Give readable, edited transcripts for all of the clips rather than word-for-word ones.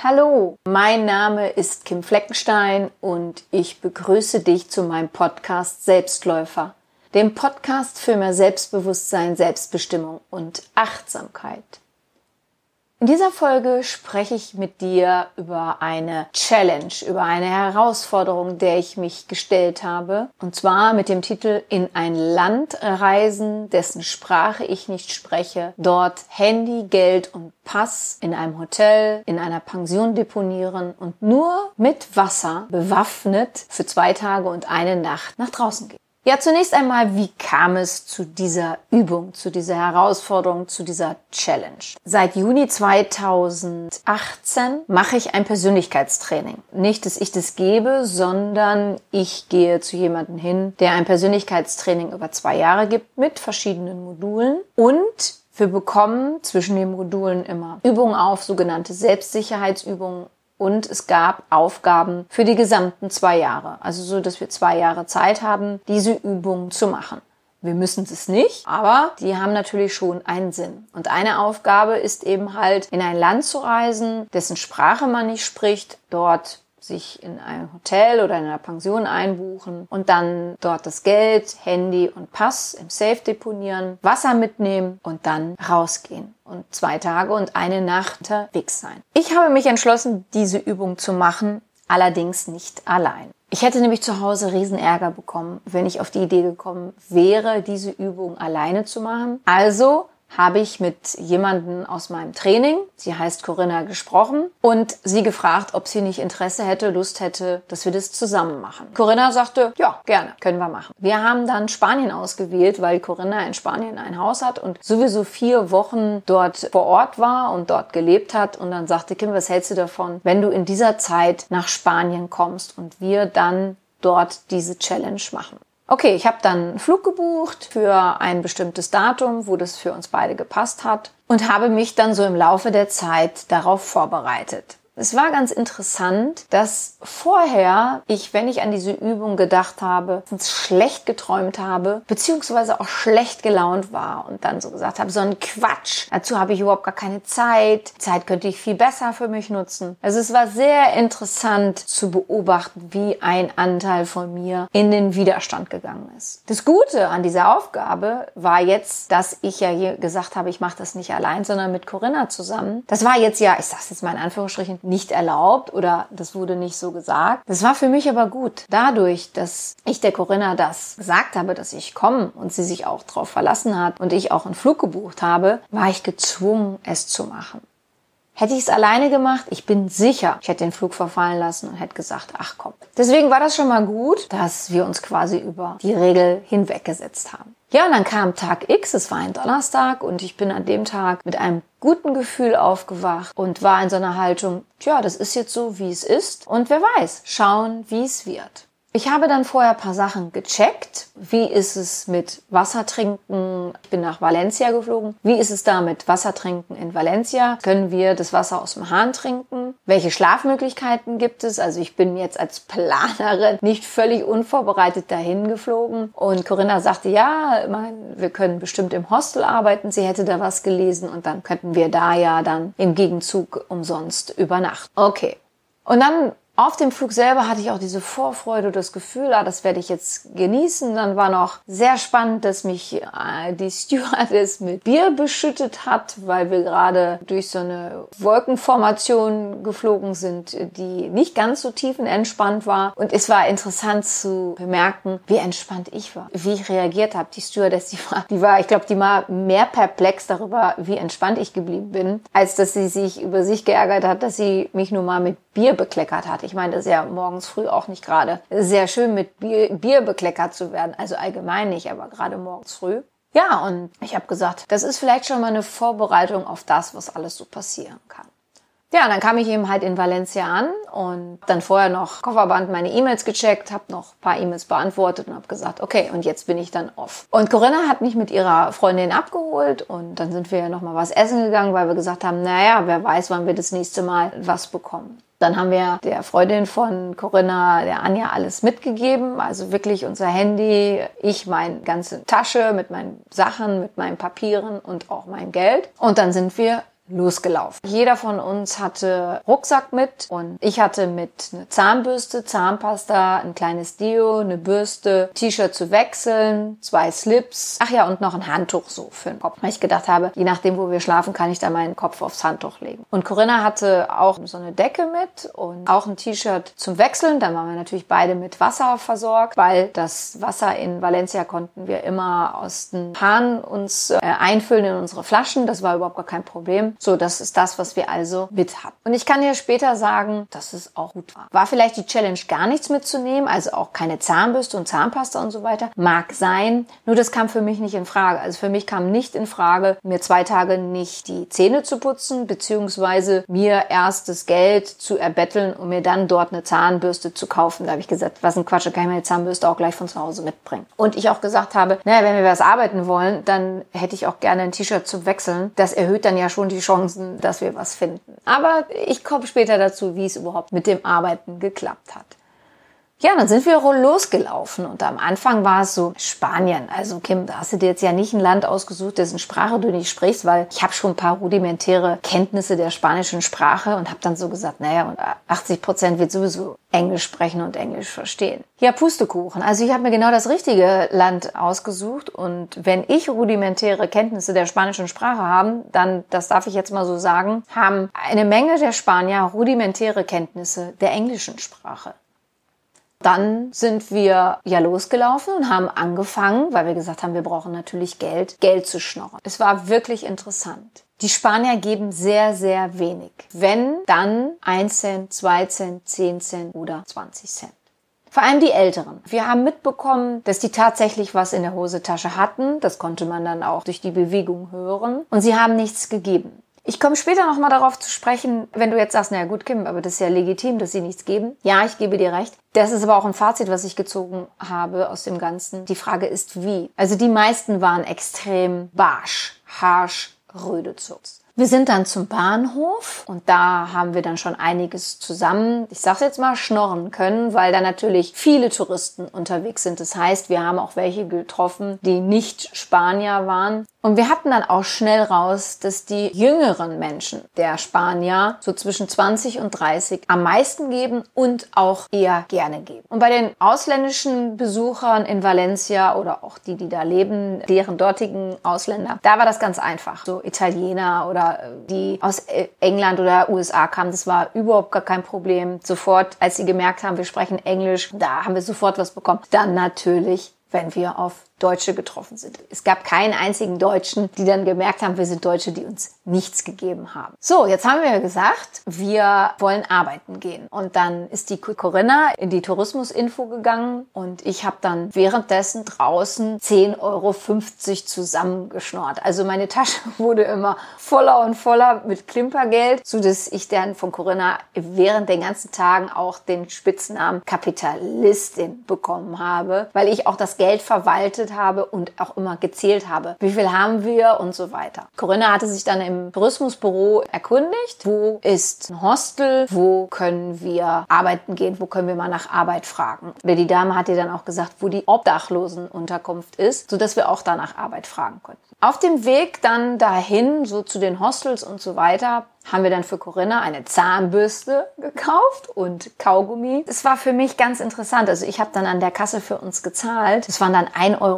Hallo, mein Name ist Kim Fleckenstein und ich begrüße dich zu meinem Podcast Selbstläufer, dem Podcast für mehr Selbstbewusstsein, Selbstbestimmung und Achtsamkeit. In dieser Folge spreche ich mit dir über eine Challenge, über eine Herausforderung, der ich mich gestellt habe. Und zwar mit dem Titel In ein Land reisen, dessen Sprache ich nicht spreche. Dort Handy, Geld und Pass in einem Hotel, in einer Pension deponieren und nur mit Wasser bewaffnet für 2 Tage und eine Nacht nach draußen gehen. Ja, zunächst einmal, wie kam es zu dieser Übung, zu dieser Herausforderung, zu dieser Challenge? Seit Juni 2018 mache ich ein Persönlichkeitstraining. Nicht, dass ich das gebe, sondern ich gehe zu jemandem hin, der ein Persönlichkeitstraining über 2 Jahre gibt mit verschiedenen Modulen und wir bekommen zwischen den Modulen immer Übungen auf, sogenannte Selbstsicherheitsübungen. Und es gab Aufgaben für die gesamten 2 Jahre. Also so, dass wir 2 Jahre Zeit haben, diese Übungen zu machen. Wir müssen es nicht, aber die haben natürlich schon einen Sinn. Und eine Aufgabe ist eben halt, in ein Land zu reisen, dessen Sprache man nicht spricht, dort sich in ein Hotel oder in einer Pension einbuchen und dann dort das Geld, Handy und Pass im Safe deponieren, Wasser mitnehmen und dann rausgehen und 2 Tage und eine Nacht unterwegs sein. Ich habe mich entschlossen, diese Übung zu machen, allerdings nicht allein. Ich hätte nämlich zu Hause riesen Ärger bekommen, wenn ich auf die Idee gekommen wäre, diese Übung alleine zu machen. Also habe ich mit jemandem aus meinem Training, sie heißt Corinna, gesprochen und sie gefragt, ob sie nicht Interesse hätte, Lust hätte, dass wir das zusammen machen. Corinna sagte, ja, gerne, können wir machen. Wir haben dann Spanien ausgewählt, weil Corinna in Spanien ein Haus hat und sowieso 4 Wochen dort vor Ort war und dort gelebt hat. Und dann sagte Kim, was hältst du davon, wenn du in dieser Zeit nach Spanien kommst und wir dann dort diese Challenge machen? Okay, ich habe dann einen Flug gebucht für ein bestimmtes Datum, wo das für uns beide gepasst hat und habe mich dann so im Laufe der Zeit darauf vorbereitet. Es war ganz interessant, dass vorher wenn ich an diese Übung gedacht habe, schlecht geträumt habe, beziehungsweise auch schlecht gelaunt war und dann so gesagt habe, so ein Quatsch. Dazu habe ich überhaupt gar keine Zeit. Die Zeit könnte ich viel besser für mich nutzen. Also es war sehr interessant zu beobachten, wie ein Anteil von mir in den Widerstand gegangen ist. Das Gute an dieser Aufgabe war jetzt, dass ich ja gesagt habe, ich mache das nicht allein, sondern mit Corinna zusammen. Das war jetzt ja, ich sage es jetzt mal in Anführungsstrichen, nicht erlaubt oder das wurde nicht so gesagt. Das war für mich aber gut. Dadurch, dass ich der Corinna das gesagt habe, dass ich komme und sie sich auch darauf verlassen hat und ich auch einen Flug gebucht habe, war ich gezwungen, es zu machen. Hätte ich es alleine gemacht, ich bin sicher, ich hätte den Flug verfallen lassen und hätte gesagt, ach komm. Deswegen war das schon mal gut, dass wir uns quasi über die Regel hinweggesetzt haben. Ja, und dann kam Tag X, es war ein Donnerstag und ich bin an dem Tag mit einem guten Gefühl aufgewacht und war in so einer Haltung, tja, das ist jetzt so, wie es ist und wer weiß, schauen, wie es wird. Ich habe dann vorher ein paar Sachen gecheckt. Wie ist es mit Wassertrinken? Ich bin nach Valencia geflogen. Wie ist es da mit Wassertrinken in Valencia? Können wir das Wasser aus dem Hahn trinken? Welche Schlafmöglichkeiten gibt es? Also ich bin jetzt als Planerin nicht völlig unvorbereitet dahin geflogen. Und Corinna sagte, ja, wir können bestimmt im Hostel arbeiten. Sie hätte da was gelesen und dann könnten wir da ja dann im Gegenzug umsonst übernachten. Okay. Und dann auf dem Flug selber hatte ich auch diese Vorfreude, das Gefühl, das werde ich jetzt genießen. Dann war noch sehr spannend, dass mich die Stewardess mit Bier beschüttet hat, weil wir gerade durch so eine Wolkenformation geflogen sind, die nicht ganz so tiefenentspannt war. Und es war interessant zu bemerken, wie entspannt ich war, wie ich reagiert habe. Die Stewardess, ich glaube, die war mehr perplex darüber, wie entspannt ich geblieben bin, als dass sie sich über sich geärgert hat, dass sie mich nur mal mit Bier bekleckert hat. Ich meine, das ist ja morgens früh auch nicht gerade sehr schön, mit Bier bekleckert zu werden. Also allgemein nicht, aber gerade morgens früh. Ja, und ich habe gesagt, das ist vielleicht schon mal eine Vorbereitung auf das, was alles so passieren kann. Ja, und dann kam ich eben halt in Valencia an und dann vorher noch Kofferband meine E-Mails gecheckt, habe noch ein paar E-Mails beantwortet und habe gesagt, okay, und jetzt bin ich dann off. Und Corinna hat mich mit ihrer Freundin abgeholt und dann sind wir ja noch mal was essen gegangen, weil wir gesagt haben, naja, wer weiß, wann wir das nächste Mal was bekommen. Dann haben wir der Freundin von Corinna, der Anja, alles mitgegeben. Also wirklich unser Handy, ich meine ganze Tasche mit meinen Sachen, mit meinen Papieren und auch mein Geld. Und dann sind wir losgelaufen. Jeder von uns hatte Rucksack mit und ich hatte mit eine Zahnbürste, Zahnpasta, ein kleines Deo, eine Bürste, T-Shirt zu wechseln, 2 Slips, ach ja, und noch ein Handtuch so für den Kopf. Weil ich gedacht habe, je nachdem, wo wir schlafen, kann ich da meinen Kopf aufs Handtuch legen. Und Corinna hatte auch so eine Decke mit und auch ein T-Shirt zum Wechseln. Dann waren wir natürlich beide mit Wasser versorgt, weil das Wasser in Valencia konnten wir immer aus den Hahn uns einfüllen in unsere Flaschen. Das war überhaupt gar kein Problem. So, das ist das, was wir also mit hatten. Und ich kann dir später sagen, dass es auch gut war. War vielleicht die Challenge, gar nichts mitzunehmen, also auch keine Zahnbürste und Zahnpasta und so weiter. Mag sein, nur das kam für mich nicht in Frage. Also für mich kam nicht in Frage, mir 2 Tage nicht die Zähne zu putzen, beziehungsweise mir erst das Geld zu erbetteln, um mir dann dort eine Zahnbürste zu kaufen. Da habe ich gesagt, was ein Quatsch, da kann ich meine Zahnbürste auch gleich von zu Hause mitbringen. Und ich auch gesagt habe, naja, wenn wir was arbeiten wollen, dann hätte ich auch gerne ein T-Shirt zum Wechseln. Das erhöht dann ja schon die Chancen, dass wir was finden. Aber ich komme später dazu, wie es überhaupt mit dem Arbeiten geklappt hat. Ja, dann sind wir losgelaufen und am Anfang war es so Spanien. Also Kim, da hast du dir jetzt ja nicht ein Land ausgesucht, dessen Sprache du nicht sprichst, weil ich habe schon ein paar rudimentäre Kenntnisse der spanischen Sprache und habe dann so gesagt, naja, und 80% wird sowieso Englisch sprechen und Englisch verstehen. Ja, Pustekuchen. Also ich habe mir genau das richtige Land ausgesucht und wenn ich rudimentäre Kenntnisse der spanischen Sprache habe, dann, das darf ich jetzt mal so sagen, haben eine Menge der Spanier rudimentäre Kenntnisse der englischen Sprache. Dann sind wir ja losgelaufen und haben angefangen, weil wir gesagt haben, wir brauchen natürlich Geld zu schnorren. Es war wirklich interessant. Die Spanier geben sehr, sehr wenig. Wenn, dann 1 Cent, 2 Cent, 10 Cent oder 20 Cent. Vor allem die Älteren. Wir haben mitbekommen, dass die tatsächlich was in der Hosentasche hatten. Das konnte man dann auch durch die Bewegung hören. Und sie haben nichts gegeben. Ich komme später nochmal darauf zu sprechen, wenn du jetzt sagst, naja gut, Kim, aber das ist ja legitim, dass sie nichts geben. Ja, ich gebe dir recht. Das ist aber auch ein Fazit, was ich gezogen habe aus dem Ganzen. Die Frage ist, wie? Also die meisten waren extrem barsch, harsch, röde Zugs. Wir sind dann zum Bahnhof und da haben wir dann schon einiges zusammen, ich sag's jetzt mal, schnorren können, weil da natürlich viele Touristen unterwegs sind. Das heißt, wir haben auch welche getroffen, die nicht Spanier waren. Und wir hatten dann auch schnell raus, dass die jüngeren Menschen der Spanier so zwischen 20 und 30 am meisten geben und auch eher gerne geben. Und bei den ausländischen Besuchern in Valencia oder auch die da leben, deren dortigen Ausländer, da war das ganz einfach. So Italiener oder die aus England oder USA kamen, das war überhaupt gar kein Problem. Sofort, als sie gemerkt haben, wir sprechen Englisch, da haben wir sofort was bekommen. Dann natürlich, wenn wir auf Deutsche getroffen sind. Es gab keinen einzigen Deutschen, die dann gemerkt haben, wir sind Deutsche, die uns nichts gegeben haben. So, jetzt haben wir gesagt, wir wollen arbeiten gehen. Und dann ist die Corinna in die Tourismusinfo gegangen und ich habe dann währenddessen draußen 10,50 € zusammengeschnorrt. Also meine Tasche wurde immer voller und voller mit Klimpergeld, sodass ich dann von Corinna während den ganzen Tagen auch den Spitznamen Kapitalistin bekommen habe, weil ich auch das Geld verwaltet habe und auch immer gezählt habe. Wie viel haben wir und so weiter. Corinna hatte sich dann im Tourismusbüro erkundigt, wo ist ein Hostel, wo können wir arbeiten gehen, wo können wir mal nach Arbeit fragen. Oder die Dame hat ihr dann auch gesagt, wo die Obdachlosenunterkunft ist, sodass wir auch da nach Arbeit fragen konnten. Auf dem Weg dann dahin, so zu den Hostels und so weiter, haben wir dann für Corinna eine Zahnbürste gekauft und Kaugummi. Es war für mich ganz interessant. Also ich habe dann an der Kasse für uns gezahlt. Es waren dann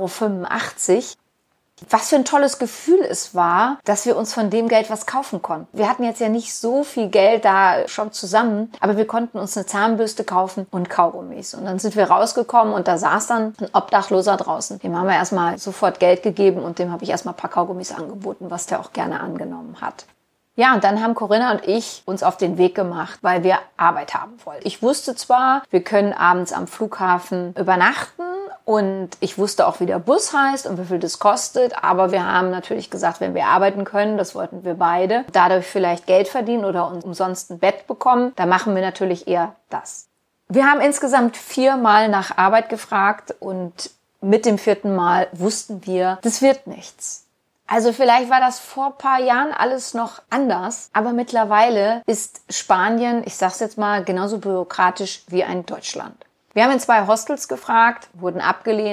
1,85 €. Was für ein tolles Gefühl es war, dass wir uns von dem Geld was kaufen konnten. Wir hatten jetzt ja nicht so viel Geld da schon zusammen, aber wir konnten uns eine Zahnbürste kaufen und Kaugummis. Und dann sind wir rausgekommen und da saß dann ein Obdachloser draußen. Dem haben wir erstmal sofort Geld gegeben und dem habe ich erstmal ein paar Kaugummis angeboten, was der auch gerne angenommen hat. Ja, und dann haben Corinna und ich uns auf den Weg gemacht, weil wir Arbeit haben wollten. Ich wusste zwar, wir können abends am Flughafen übernachten und ich wusste auch, wie der Bus heißt und wie viel das kostet, aber wir haben natürlich gesagt, wenn wir arbeiten können, das wollten wir beide, dadurch vielleicht Geld verdienen oder uns umsonst ein Bett bekommen, dann machen wir natürlich eher das. Wir haben insgesamt 4 Mal nach Arbeit gefragt und mit dem 4. Mal wussten wir, das wird nichts. Also vielleicht war das vor ein paar Jahren alles noch anders, aber mittlerweile ist Spanien, ich sag's jetzt mal, genauso bürokratisch wie ein Deutschland. Wir haben in 2 Hostels gefragt, wurden abgelehnt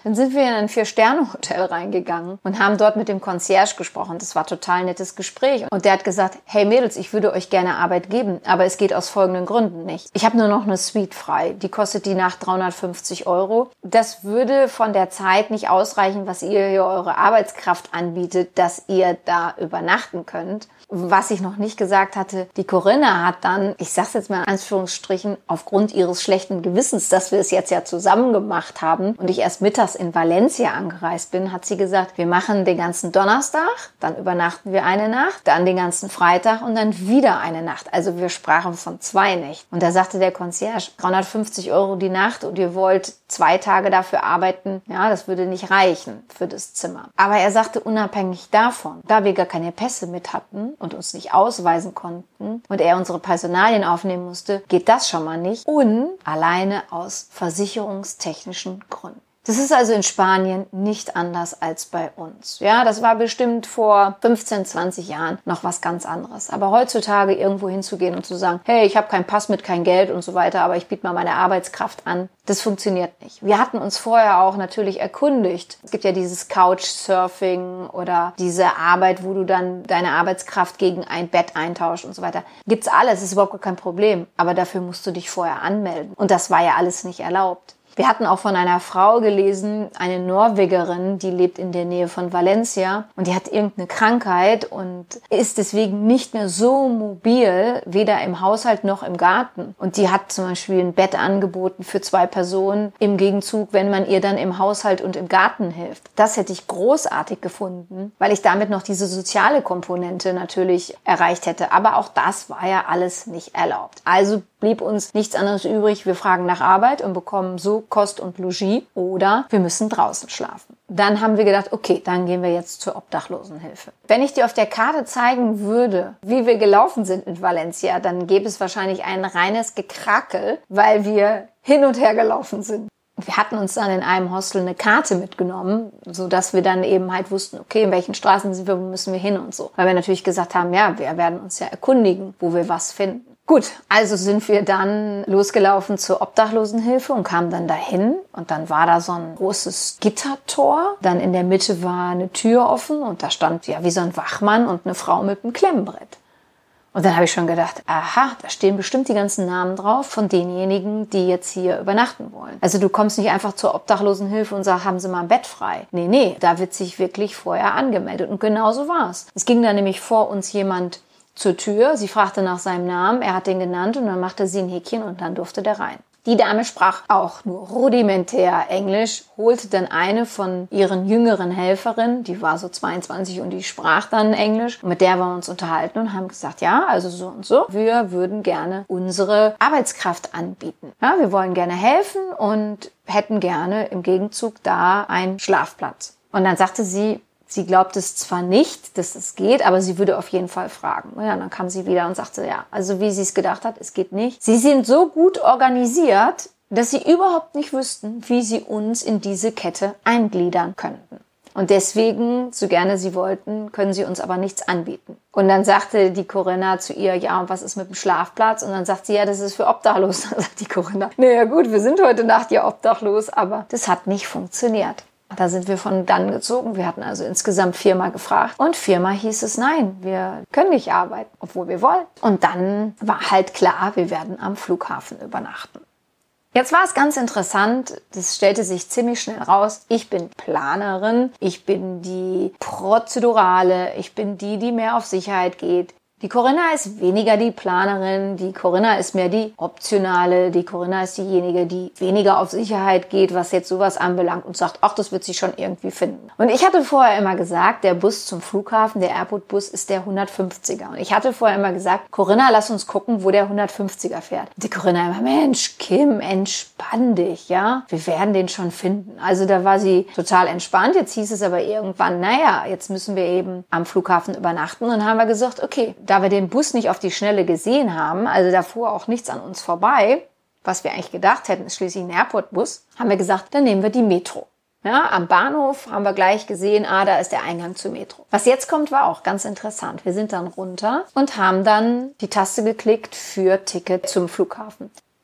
Dann sind wir in ein 4-Sterne-Hotel reingegangen und haben dort mit dem Concierge gesprochen. Das war ein total nettes Gespräch. Und der hat gesagt, hey Mädels, ich würde euch gerne Arbeit geben, aber es geht aus folgenden Gründen nicht. Ich habe nur noch eine Suite frei. Die kostet die Nacht 350 Euro. Das würde von der Zeit nicht ausreichen, was ihr hier eure Arbeitskraft anbietet, dass ihr da übernachten könnt. Was ich noch nicht gesagt hatte, die Corinna hat dann, ich sag's jetzt mal in Anführungsstrichen, aufgrund ihres schlechten Gewissens, dass wir es jetzt ja zusammen gemacht haben und ich erst mittags in Valencia angereist bin, hat sie gesagt, wir machen den ganzen Donnerstag, dann übernachten wir eine Nacht, dann den ganzen Freitag und dann wieder eine Nacht. Also wir sprachen von 2 Nächten. Und da sagte der Concierge, 350 Euro die Nacht und ihr wollt 2 Tage dafür arbeiten, ja, das würde nicht reichen für das Zimmer. Aber er sagte, unabhängig davon, da wir gar keine Pässe mit hatten und uns nicht ausweisen konnten und er unsere Personalien aufnehmen musste, geht das schon mal nicht. Und alleine aus versicherungstechnischen Gründen. Das ist also in Spanien nicht anders als bei uns. Ja, das war bestimmt vor 15, 20 Jahren noch was ganz anderes. Aber heutzutage irgendwo hinzugehen und zu sagen, hey, ich habe keinen Pass mit, kein Geld und so weiter, aber ich biete mal meine Arbeitskraft an, das funktioniert nicht. Wir hatten uns vorher auch natürlich erkundigt. Es gibt ja dieses Couchsurfing oder diese Arbeit, wo du dann deine Arbeitskraft gegen ein Bett eintauscht und so weiter. Gibt's alles, ist überhaupt kein Problem. Aber dafür musst du dich vorher anmelden. Und das war ja alles nicht erlaubt. Wir hatten auch von einer Frau gelesen, eine Norwegerin, die lebt in der Nähe von Valencia und die hat irgendeine Krankheit und ist deswegen nicht mehr so mobil, weder im Haushalt noch im Garten. Und die hat zum Beispiel ein Bett angeboten für 2 Personen im Gegenzug, wenn man ihr dann im Haushalt und im Garten hilft. Das hätte ich großartig gefunden, weil ich damit noch diese soziale Komponente natürlich erreicht hätte. Aber auch das war ja alles nicht erlaubt. Also blieb uns nichts anderes übrig. Wir fragen nach Arbeit und bekommen so Kost und Logis oder wir müssen draußen schlafen. Dann haben wir gedacht, okay, dann gehen wir jetzt zur Obdachlosenhilfe. Wenn ich dir auf der Karte zeigen würde, wie wir gelaufen sind in Valencia, dann gäbe es wahrscheinlich ein reines Gekrakel, weil wir hin und her gelaufen sind. Wir hatten uns dann in einem Hostel eine Karte mitgenommen, sodass wir dann eben halt wussten, okay, in welchen Straßen sind wir, wo müssen wir hin und so. Weil wir natürlich gesagt haben, ja, wir werden uns ja erkundigen, wo wir was finden. Gut, also sind wir dann losgelaufen zur Obdachlosenhilfe und kamen dann dahin und dann war da so ein großes Gittertor. Dann in der Mitte war eine Tür offen und da stand ja wie so ein Wachmann und eine Frau mit einem Klemmbrett. Und dann habe ich schon gedacht, aha, da stehen bestimmt die ganzen Namen drauf von denjenigen, die jetzt hier übernachten wollen. Also du kommst nicht einfach zur Obdachlosenhilfe und sagst, haben Sie mal ein Bett frei. Nee, da wird sich wirklich vorher angemeldet und genau so war's. Es ging da nämlich vor uns jemand zur Tür, sie fragte nach seinem Namen, er hat den genannt und dann machte sie ein Häkchen und dann durfte der rein. Die Dame sprach auch nur rudimentär Englisch, holte dann eine von ihren jüngeren Helferinnen, die war so 22 und die sprach dann Englisch. Und mit der haben wir uns unterhalten und haben gesagt, ja, also so und so, wir würden gerne unsere Arbeitskraft anbieten. Ja, wir wollen gerne helfen und hätten gerne im Gegenzug da einen Schlafplatz. Und dann sagte sie, sie glaubt es zwar nicht, dass es geht, aber sie würde auf jeden Fall fragen. Ja, dann kam sie wieder und sagte, ja, also wie sie es gedacht hat, es geht nicht. Sie sind so gut organisiert, dass sie überhaupt nicht wüssten, wie sie uns in diese Kette eingliedern könnten. Und deswegen, so gerne sie wollten, können sie uns aber nichts anbieten. Und dann sagte die Corinna zu ihr, ja, und was ist mit dem Schlafplatz? Und dann sagt sie, ja, das ist für obdachlos. Dann sagt die Corinna, naja gut, wir sind heute Nacht ja obdachlos, aber das hat nicht funktioniert. Da sind wir von dann gezogen. Wir hatten also insgesamt 4-mal gefragt. Und 4-mal hieß es, nein, wir können nicht arbeiten, obwohl wir wollen. Und dann war halt klar, wir werden am Flughafen übernachten. Jetzt war es ganz interessant, das stellte sich ziemlich schnell raus, ich bin Planerin, ich bin die Prozedurale, ich bin die, die mehr auf Sicherheit geht. Die Corinna ist weniger die Planerin, die Corinna ist mehr die Optionale, die Corinna ist diejenige, die weniger auf Sicherheit geht, was jetzt sowas anbelangt und sagt, ach, das wird sie schon irgendwie finden. Und ich hatte vorher immer gesagt, der Bus zum Flughafen, der Airport-Bus ist der 150er. Und ich hatte vorher immer gesagt, Corinna, lass uns gucken, wo der 150er fährt. Und die Corinna immer, Mensch, Kim, entspann dich, ja, wir werden den schon finden. Also da war sie total entspannt. Jetzt hieß es aber irgendwann, naja, jetzt müssen wir eben am Flughafen übernachten. Und dann haben wir gesagt, okay, da wir den Bus nicht auf die Schnelle gesehen haben, also da fuhr auch nichts an uns vorbei, was wir eigentlich gedacht hätten, ist schließlich ein Airport-Bus, haben wir gesagt, dann nehmen wir die Metro. Ja, am Bahnhof haben wir gleich gesehen, da ist der Eingang zur Metro. Was jetzt kommt, war auch ganz interessant. Wir sind dann runter und haben dann die Taste geklickt für Ticket zum Flughafen.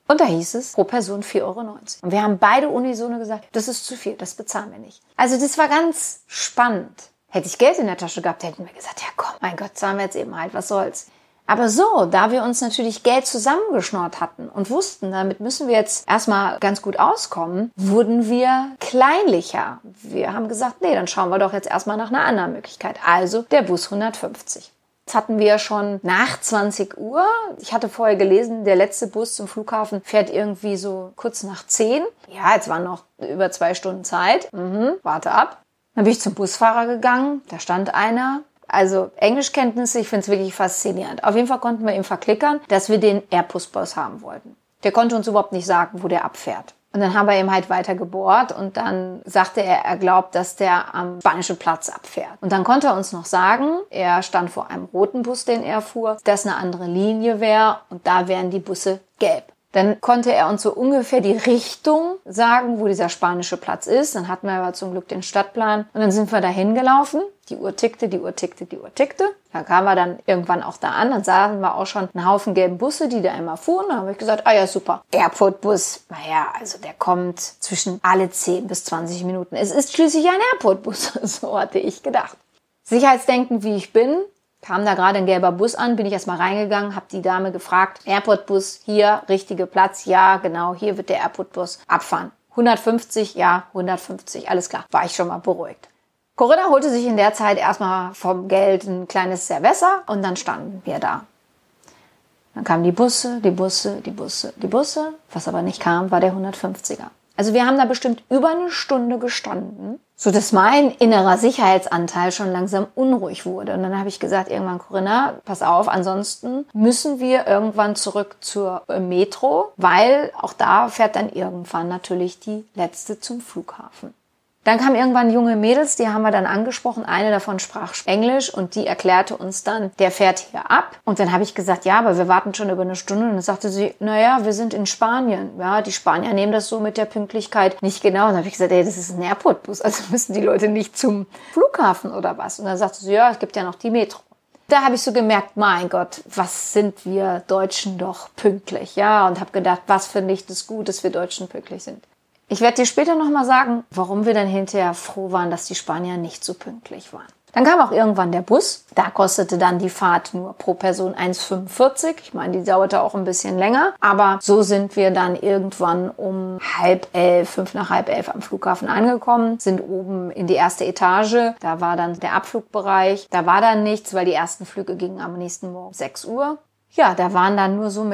Und da hieß es pro Person 4,90 €. Und wir haben beide unisono gesagt, das ist zu viel, das bezahlen wir nicht. Also das war ganz spannend. Hätte ich Geld in der Tasche gehabt, hätten wir gesagt, ja komm, mein Gott, zahlen wir jetzt eben halt, was soll's. Aber so, da wir uns natürlich Geld zusammengeschnort hatten und wussten, damit müssen wir jetzt erstmal ganz gut auskommen, wurden wir kleinlicher. Wir haben gesagt, nee, dann schauen wir doch jetzt erstmal nach einer anderen Möglichkeit. Also der Bus 150. Jetzt hatten wir schon nach 20 Uhr. Ich hatte vorher gelesen, der letzte Bus zum Flughafen fährt irgendwie so kurz nach 10. Ja, jetzt waren noch über 2 Stunden Zeit. Warte ab. Dann bin ich zum Busfahrer gegangen. Da stand einer. Also Englischkenntnisse, ich finde es wirklich faszinierend. Auf jeden Fall konnten wir ihm verklickern, dass wir den Airbus-Bus haben wollten. Der konnte uns überhaupt nicht sagen, wo der abfährt. Und dann haben wir ihm halt weiter gebohrt und dann sagte er glaubt, dass der am Spanischen Platz abfährt. Und dann konnte er uns noch sagen, er stand vor einem roten Bus, den er fuhr, dass eine andere Linie wäre und da wären die Busse gelb. Dann konnte er uns so ungefähr die Richtung sagen, wo dieser spanische Platz ist. Dann hatten wir aber zum Glück den Stadtplan. Und dann sind wir da hingelaufen. Die Uhr tickte, die Uhr tickte, die Uhr tickte. Da kamen wir dann irgendwann auch da an. Dann sahen wir auch schon einen Haufen gelben Busse, die da immer fuhren. Da habe ich gesagt, ah ja, super. Airport-Bus. Naja, also der kommt zwischen alle 10 bis 20 Minuten. Es ist schließlich ein Airport-Bus. So hatte ich gedacht. Sicherheitsdenkend wie ich bin, kam da gerade ein gelber Bus an, bin ich erstmal reingegangen, habe die Dame gefragt, Airport-Bus, hier, richtige Platz, ja, genau, hier wird der Airport-Bus abfahren. 150, ja, 150, alles klar, war ich schon mal beruhigt. Corinna holte sich in der Zeit erstmal vom Geld ein kleines Cerveza und dann standen wir da. Dann kamen die Busse, die Busse, die Busse, die Busse, was aber nicht kam, war der 150er. Also wir haben da bestimmt über eine Stunde gestanden, so dass mein innerer Sicherheitsanteil schon langsam unruhig wurde. Und dann habe ich gesagt, irgendwann, Corinna, pass auf, ansonsten müssen wir irgendwann zurück zur Metro, weil auch da fährt dann irgendwann natürlich die letzte zum Flughafen. Dann kamen irgendwann junge Mädels, die haben wir dann angesprochen. Eine davon sprach Englisch und die erklärte uns dann, der fährt hier ab. Und dann habe ich gesagt, ja, aber wir warten schon über eine Stunde. Und dann sagte sie, naja, wir sind in Spanien. Ja, die Spanier nehmen das so mit der Pünktlichkeit nicht genau. Und dann habe ich gesagt, ey, das ist ein Airport-Bus, also müssen die Leute nicht zum Flughafen oder was? Und dann sagte sie, ja, es gibt ja noch die Metro. Da habe ich so gemerkt, mein Gott, was sind wir Deutschen doch pünktlich. Ja, und habe gedacht, was finde ich das gut, dass wir Deutschen pünktlich sind. Ich werde dir später nochmal sagen, warum wir dann hinterher froh waren, dass die Spanier nicht so pünktlich waren. Dann kam auch irgendwann der Bus. Da kostete dann die Fahrt nur pro Person 1,45. Ich meine, die dauerte auch ein bisschen länger. Aber so sind wir dann irgendwann um 10:30, 5 nach 10:30 am Flughafen angekommen, sind oben in die erste Etage. Da war dann der Abflugbereich. Da war dann nichts, weil die ersten Flüge gingen am nächsten Morgen 6 Uhr. Ja, da waren dann nur so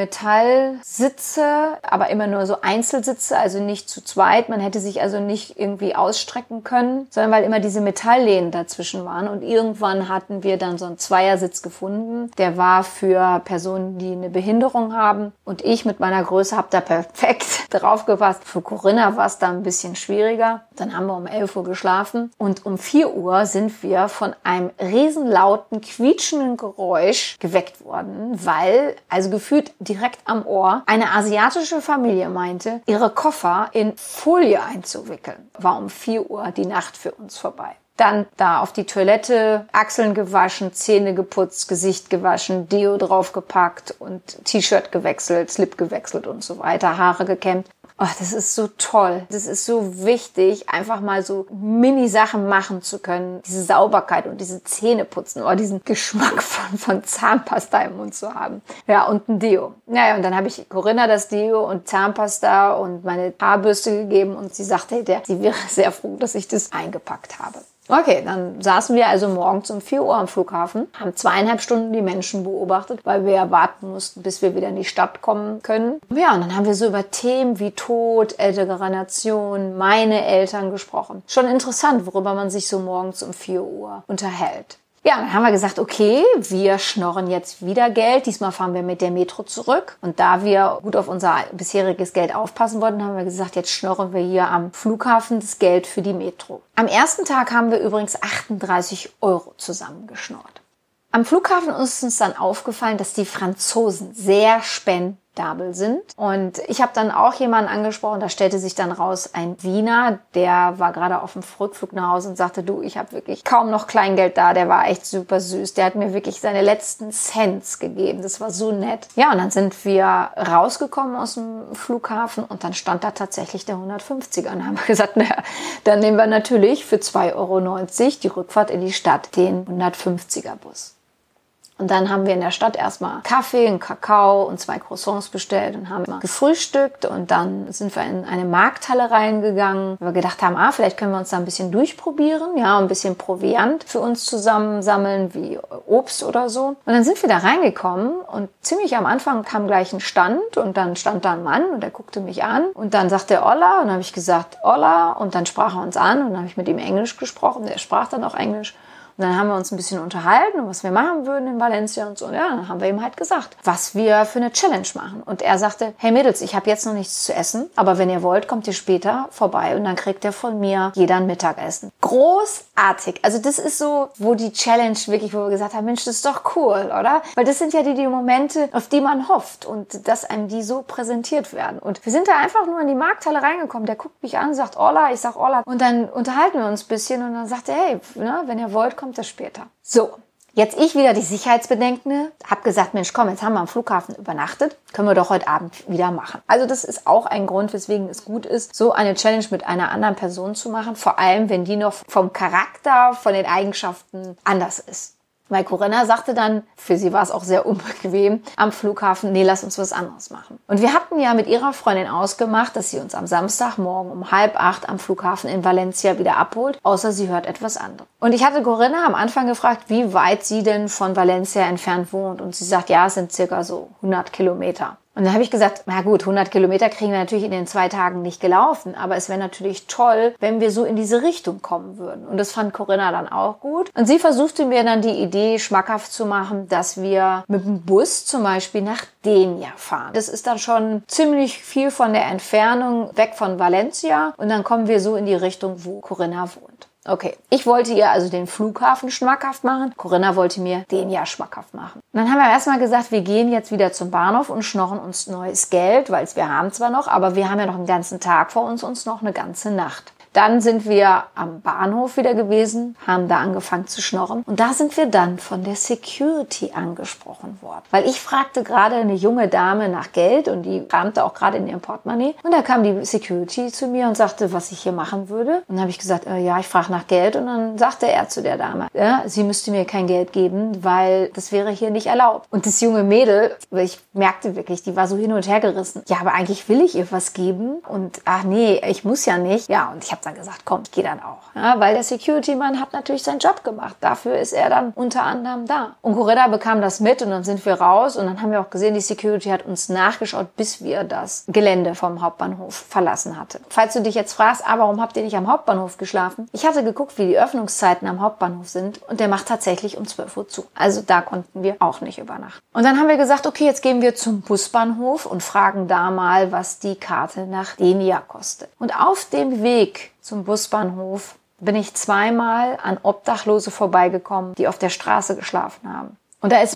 Metallsitze, aber immer nur so Einzelsitze, also nicht zu zweit. Man hätte sich also nicht irgendwie ausstrecken können, sondern weil immer diese Metalllehnen dazwischen waren. Und irgendwann hatten wir dann so einen Zweiersitz gefunden. Der war für Personen, die eine Behinderung haben. Und ich mit meiner Größe habe da perfekt drauf gepasst. Für Corinna war es da ein bisschen schwieriger. Dann haben wir um 11 Uhr geschlafen. Und um 4 Uhr sind wir von einem riesenlauten, quietschenden Geräusch geweckt worden, weil, also gefühlt direkt am Ohr, eine asiatische Familie meinte, ihre Koffer in Folie einzuwickeln. War um 4 Uhr die Nacht für uns vorbei. Dann da auf die Toilette, Achseln gewaschen, Zähne geputzt, Gesicht gewaschen, Deo draufgepackt und T-Shirt gewechselt, Slip gewechselt und so weiter, Haare gekämmt. Oh, das ist so toll. Das ist so wichtig, einfach mal so Mini-Sachen machen zu können. Diese Sauberkeit und diese Zähneputzen, oh, diesen Geschmack von Zahnpasta im Mund zu haben. Ja, und ein Deo. Naja, und dann habe ich Corinna das Deo und Zahnpasta und meine Haarbürste gegeben und sie sagte, sie wäre sehr froh, dass ich das eingepackt habe. Okay, dann saßen wir also morgens um 4 Uhr am Flughafen, haben 2,5 Stunden die Menschen beobachtet, weil wir ja warten mussten, bis wir wieder in die Stadt kommen können. Ja, und dann haben wir so über Themen wie Tod, ältere Nation, meine Eltern gesprochen. Schon interessant, worüber man sich so morgens um 4 Uhr unterhält. Ja, dann haben wir gesagt, okay, wir schnorren jetzt wieder Geld. Diesmal fahren wir mit der Metro zurück. Und da wir gut auf unser bisheriges Geld aufpassen wollten, haben wir gesagt, jetzt schnorren wir hier am Flughafen das Geld für die Metro. Am ersten Tag haben wir übrigens 38 € zusammengeschnorrt. Am Flughafen ist uns dann aufgefallen, dass die Franzosen sehr spendabel profitabel sind. Und ich habe dann auch jemanden angesprochen, da stellte sich dann raus, ein Wiener, der war gerade auf dem Rückflug nach Hause und sagte, du, ich habe wirklich kaum noch Kleingeld da, der war echt super süß, der hat mir wirklich seine letzten Cents gegeben, das war so nett. Ja, und dann sind wir rausgekommen aus dem Flughafen und dann stand da tatsächlich der 150er und haben wir gesagt, naja, dann nehmen wir natürlich für 2,90 € die Rückfahrt in die Stadt, den 150er Bus. Und dann haben wir in der Stadt erstmal Kaffee, einen Kakao und 2 Croissants bestellt und haben gefrühstückt. Und dann sind wir in eine Markthalle reingegangen, weil wir gedacht haben, vielleicht können wir uns da ein bisschen durchprobieren, ja, ein bisschen Proviant für uns zusammensammeln, wie Obst oder so. Und dann sind wir da reingekommen und ziemlich am Anfang kam gleich ein Stand und dann stand da ein Mann und der guckte mich an und dann sagte er Hola und dann habe ich gesagt Hola und dann sprach er uns an und dann habe ich mit ihm Englisch gesprochen, der sprach dann auch Englisch. Und dann haben wir uns ein bisschen unterhalten und was wir machen würden in Valencia und so. Ja, dann haben wir ihm halt gesagt, was wir für eine Challenge machen. Und er sagte, hey Mädels, ich habe jetzt noch nichts zu essen, aber wenn ihr wollt, kommt ihr später vorbei und dann kriegt ihr von mir jeder ein Mittagessen. Großartig. Also das ist so, wo die Challenge wirklich, wo wir gesagt haben, Mensch, das ist doch cool, oder? Weil das sind ja die Momente, auf die man hofft und dass einem die so präsentiert werden. Und wir sind da einfach nur in die Markthalle reingekommen. Der guckt mich an, sagt Hola, ich sag Hola. Und dann unterhalten wir uns ein bisschen und dann sagt er, hey, wenn ihr wollt, kommt das später. So, jetzt ich wieder die Sicherheitsbedenkende, habe gesagt, Mensch, komm, jetzt haben wir am Flughafen übernachtet, können wir doch heute Abend wieder machen. Also das ist auch ein Grund, weswegen es gut ist, so eine Challenge mit einer anderen Person zu machen, vor allem, wenn die noch vom Charakter, von den Eigenschaften anders ist. Weil Corinna sagte dann, für sie war es auch sehr unbequem am Flughafen, nee, lass uns was anderes machen. Und wir hatten ja mit ihrer Freundin ausgemacht, dass sie uns am Samstagmorgen um 7:30 am Flughafen in Valencia wieder abholt, außer sie hört etwas anderes. Und ich hatte Corinna am Anfang gefragt, wie weit sie denn von Valencia entfernt wohnt. Und sie sagt, ja, es sind circa so 100 Kilometer. Und dann habe ich gesagt, na gut, 100 Kilometer kriegen wir natürlich in den 2 Tagen nicht gelaufen, aber es wäre natürlich toll, wenn wir so in diese Richtung kommen würden. Und das fand Corinna dann auch gut. Und sie versuchte mir dann die Idee schmackhaft zu machen, dass wir mit dem Bus zum Beispiel nach Denia fahren. Das ist dann schon ziemlich viel von der Entfernung weg von Valencia und dann kommen wir so in die Richtung, wo Corinna wohnt. Okay, ich wollte ihr also den Flughafen schmackhaft machen. Corinna wollte mir den ja schmackhaft machen. Und dann haben wir erstmal gesagt, wir gehen jetzt wieder zum Bahnhof und schnorren uns neues Geld, weil wir haben zwar noch, aber wir haben ja noch einen ganzen Tag vor uns noch eine ganze Nacht. Dann sind wir am Bahnhof wieder gewesen, haben da angefangen zu schnorren. Und da sind wir dann von der Security angesprochen worden. Weil ich fragte gerade eine junge Dame nach Geld und die kramte auch gerade in ihrem Portemonnaie. Und da kam die Security zu mir und sagte, was ich hier machen würde. Und dann habe ich gesagt, ja, ich frage nach Geld. Und dann sagte er zu der Dame, ja, sie müsste mir kein Geld geben, weil das wäre hier nicht erlaubt. Und das junge Mädel, ich merkte wirklich, die war so hin und her gerissen. Ja, aber eigentlich will ich ihr was geben. Und ach nee, ich muss ja nicht. Ja, und ich habe dann gesagt, komm, ich gehe dann auch. Ja, weil der Security-Mann hat natürlich seinen Job gemacht. Dafür ist er dann unter anderem da. Und Corinna bekam das mit und dann sind wir raus und dann haben wir auch gesehen, die Security hat uns nachgeschaut, bis wir das Gelände vom Hauptbahnhof verlassen hatten. Falls du dich jetzt fragst, warum habt ihr nicht am Hauptbahnhof geschlafen? Ich hatte geguckt, wie die Öffnungszeiten am Hauptbahnhof sind und der macht tatsächlich um 12 Uhr zu. Also da konnten wir auch nicht übernachten. Und dann haben wir gesagt, okay, jetzt gehen wir zum Busbahnhof und fragen da mal, was die Karte nach Denia kostet. Und auf dem Weg zum Busbahnhof bin ich zweimal an Obdachlose vorbeigekommen, die auf der Straße geschlafen haben. Und da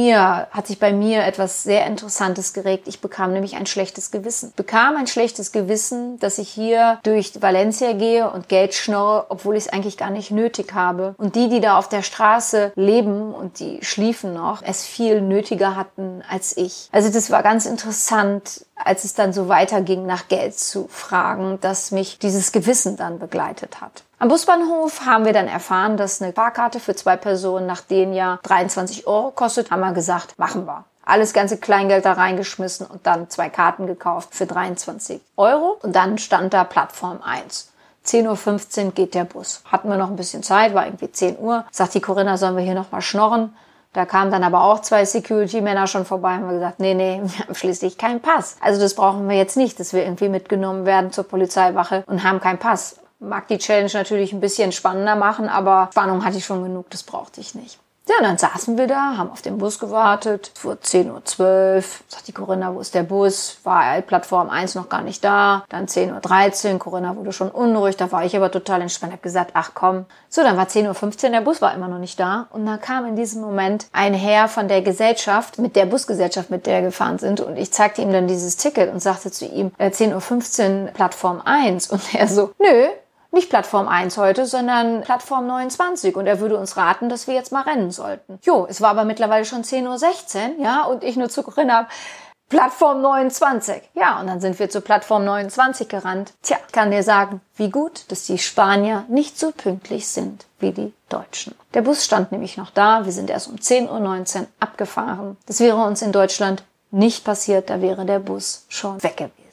hat sich bei mir etwas sehr Interessantes geregt. Ich bekam nämlich ein schlechtes Gewissen. Ich bekam ein schlechtes Gewissen, dass ich hier durch Valencia gehe und Geld schnorre, obwohl ich es eigentlich gar nicht nötig habe. Und die da auf der Straße leben und die schliefen noch, es viel nötiger hatten als ich. Also das war ganz interessant, als es dann so weiterging, nach Geld zu fragen, dass mich dieses Gewissen dann begleitet hat. Am Busbahnhof haben wir dann erfahren, dass eine Fahrkarte für 2 Personen nach Denia 23 € kostet. Haben wir gesagt, machen wir. Alles ganze Kleingeld da reingeschmissen und dann 2 Karten gekauft für 23 €. Und dann stand da Plattform 1. 10:15 Uhr geht der Bus. Hatten wir noch ein bisschen Zeit, war irgendwie 10 Uhr. Sagt die Corinna, sollen wir hier nochmal schnorren? Da kamen dann aber auch 2 Security-Männer schon vorbei und haben gesagt, nee, wir haben schließlich keinen Pass. Also das brauchen wir jetzt nicht, dass wir irgendwie mitgenommen werden zur Polizeiwache und haben keinen Pass. Mag die Challenge natürlich ein bisschen spannender machen, aber Spannung hatte ich schon genug, das brauchte ich nicht. Ja, dann saßen wir da, haben auf den Bus gewartet. Es wurde 10:12 Uhr. Sagt die Corinna, wo ist der Bus? War Plattform 1 noch gar nicht da. Dann 10:13 Uhr. Corinna wurde schon unruhig. Da war ich aber total entspannt. Hab gesagt, ach komm. So, dann war 10:15 Uhr. Der Bus war immer noch nicht da. Und dann kam in diesem Moment ein Herr von der Gesellschaft, mit der Busgesellschaft, mit der wir gefahren sind. Und ich zeigte ihm dann dieses Ticket und sagte zu ihm, 10:15 Uhr Plattform 1. Und er so, nö. Nicht Plattform 1 heute, sondern Plattform 29. Und er würde uns raten, dass wir jetzt mal rennen sollten. Jo, es war aber mittlerweile schon 10:16 Uhr, ja, und ich nur zu Corinna, Plattform 29. Ja, und dann sind wir zur Plattform 29 gerannt. Tja, ich kann dir sagen, wie gut, dass die Spanier nicht so pünktlich sind wie die Deutschen. Der Bus stand nämlich noch da. Wir sind erst um 10:19 Uhr abgefahren. Das wäre uns in Deutschland nicht passiert, da wäre der Bus schon weg gewesen.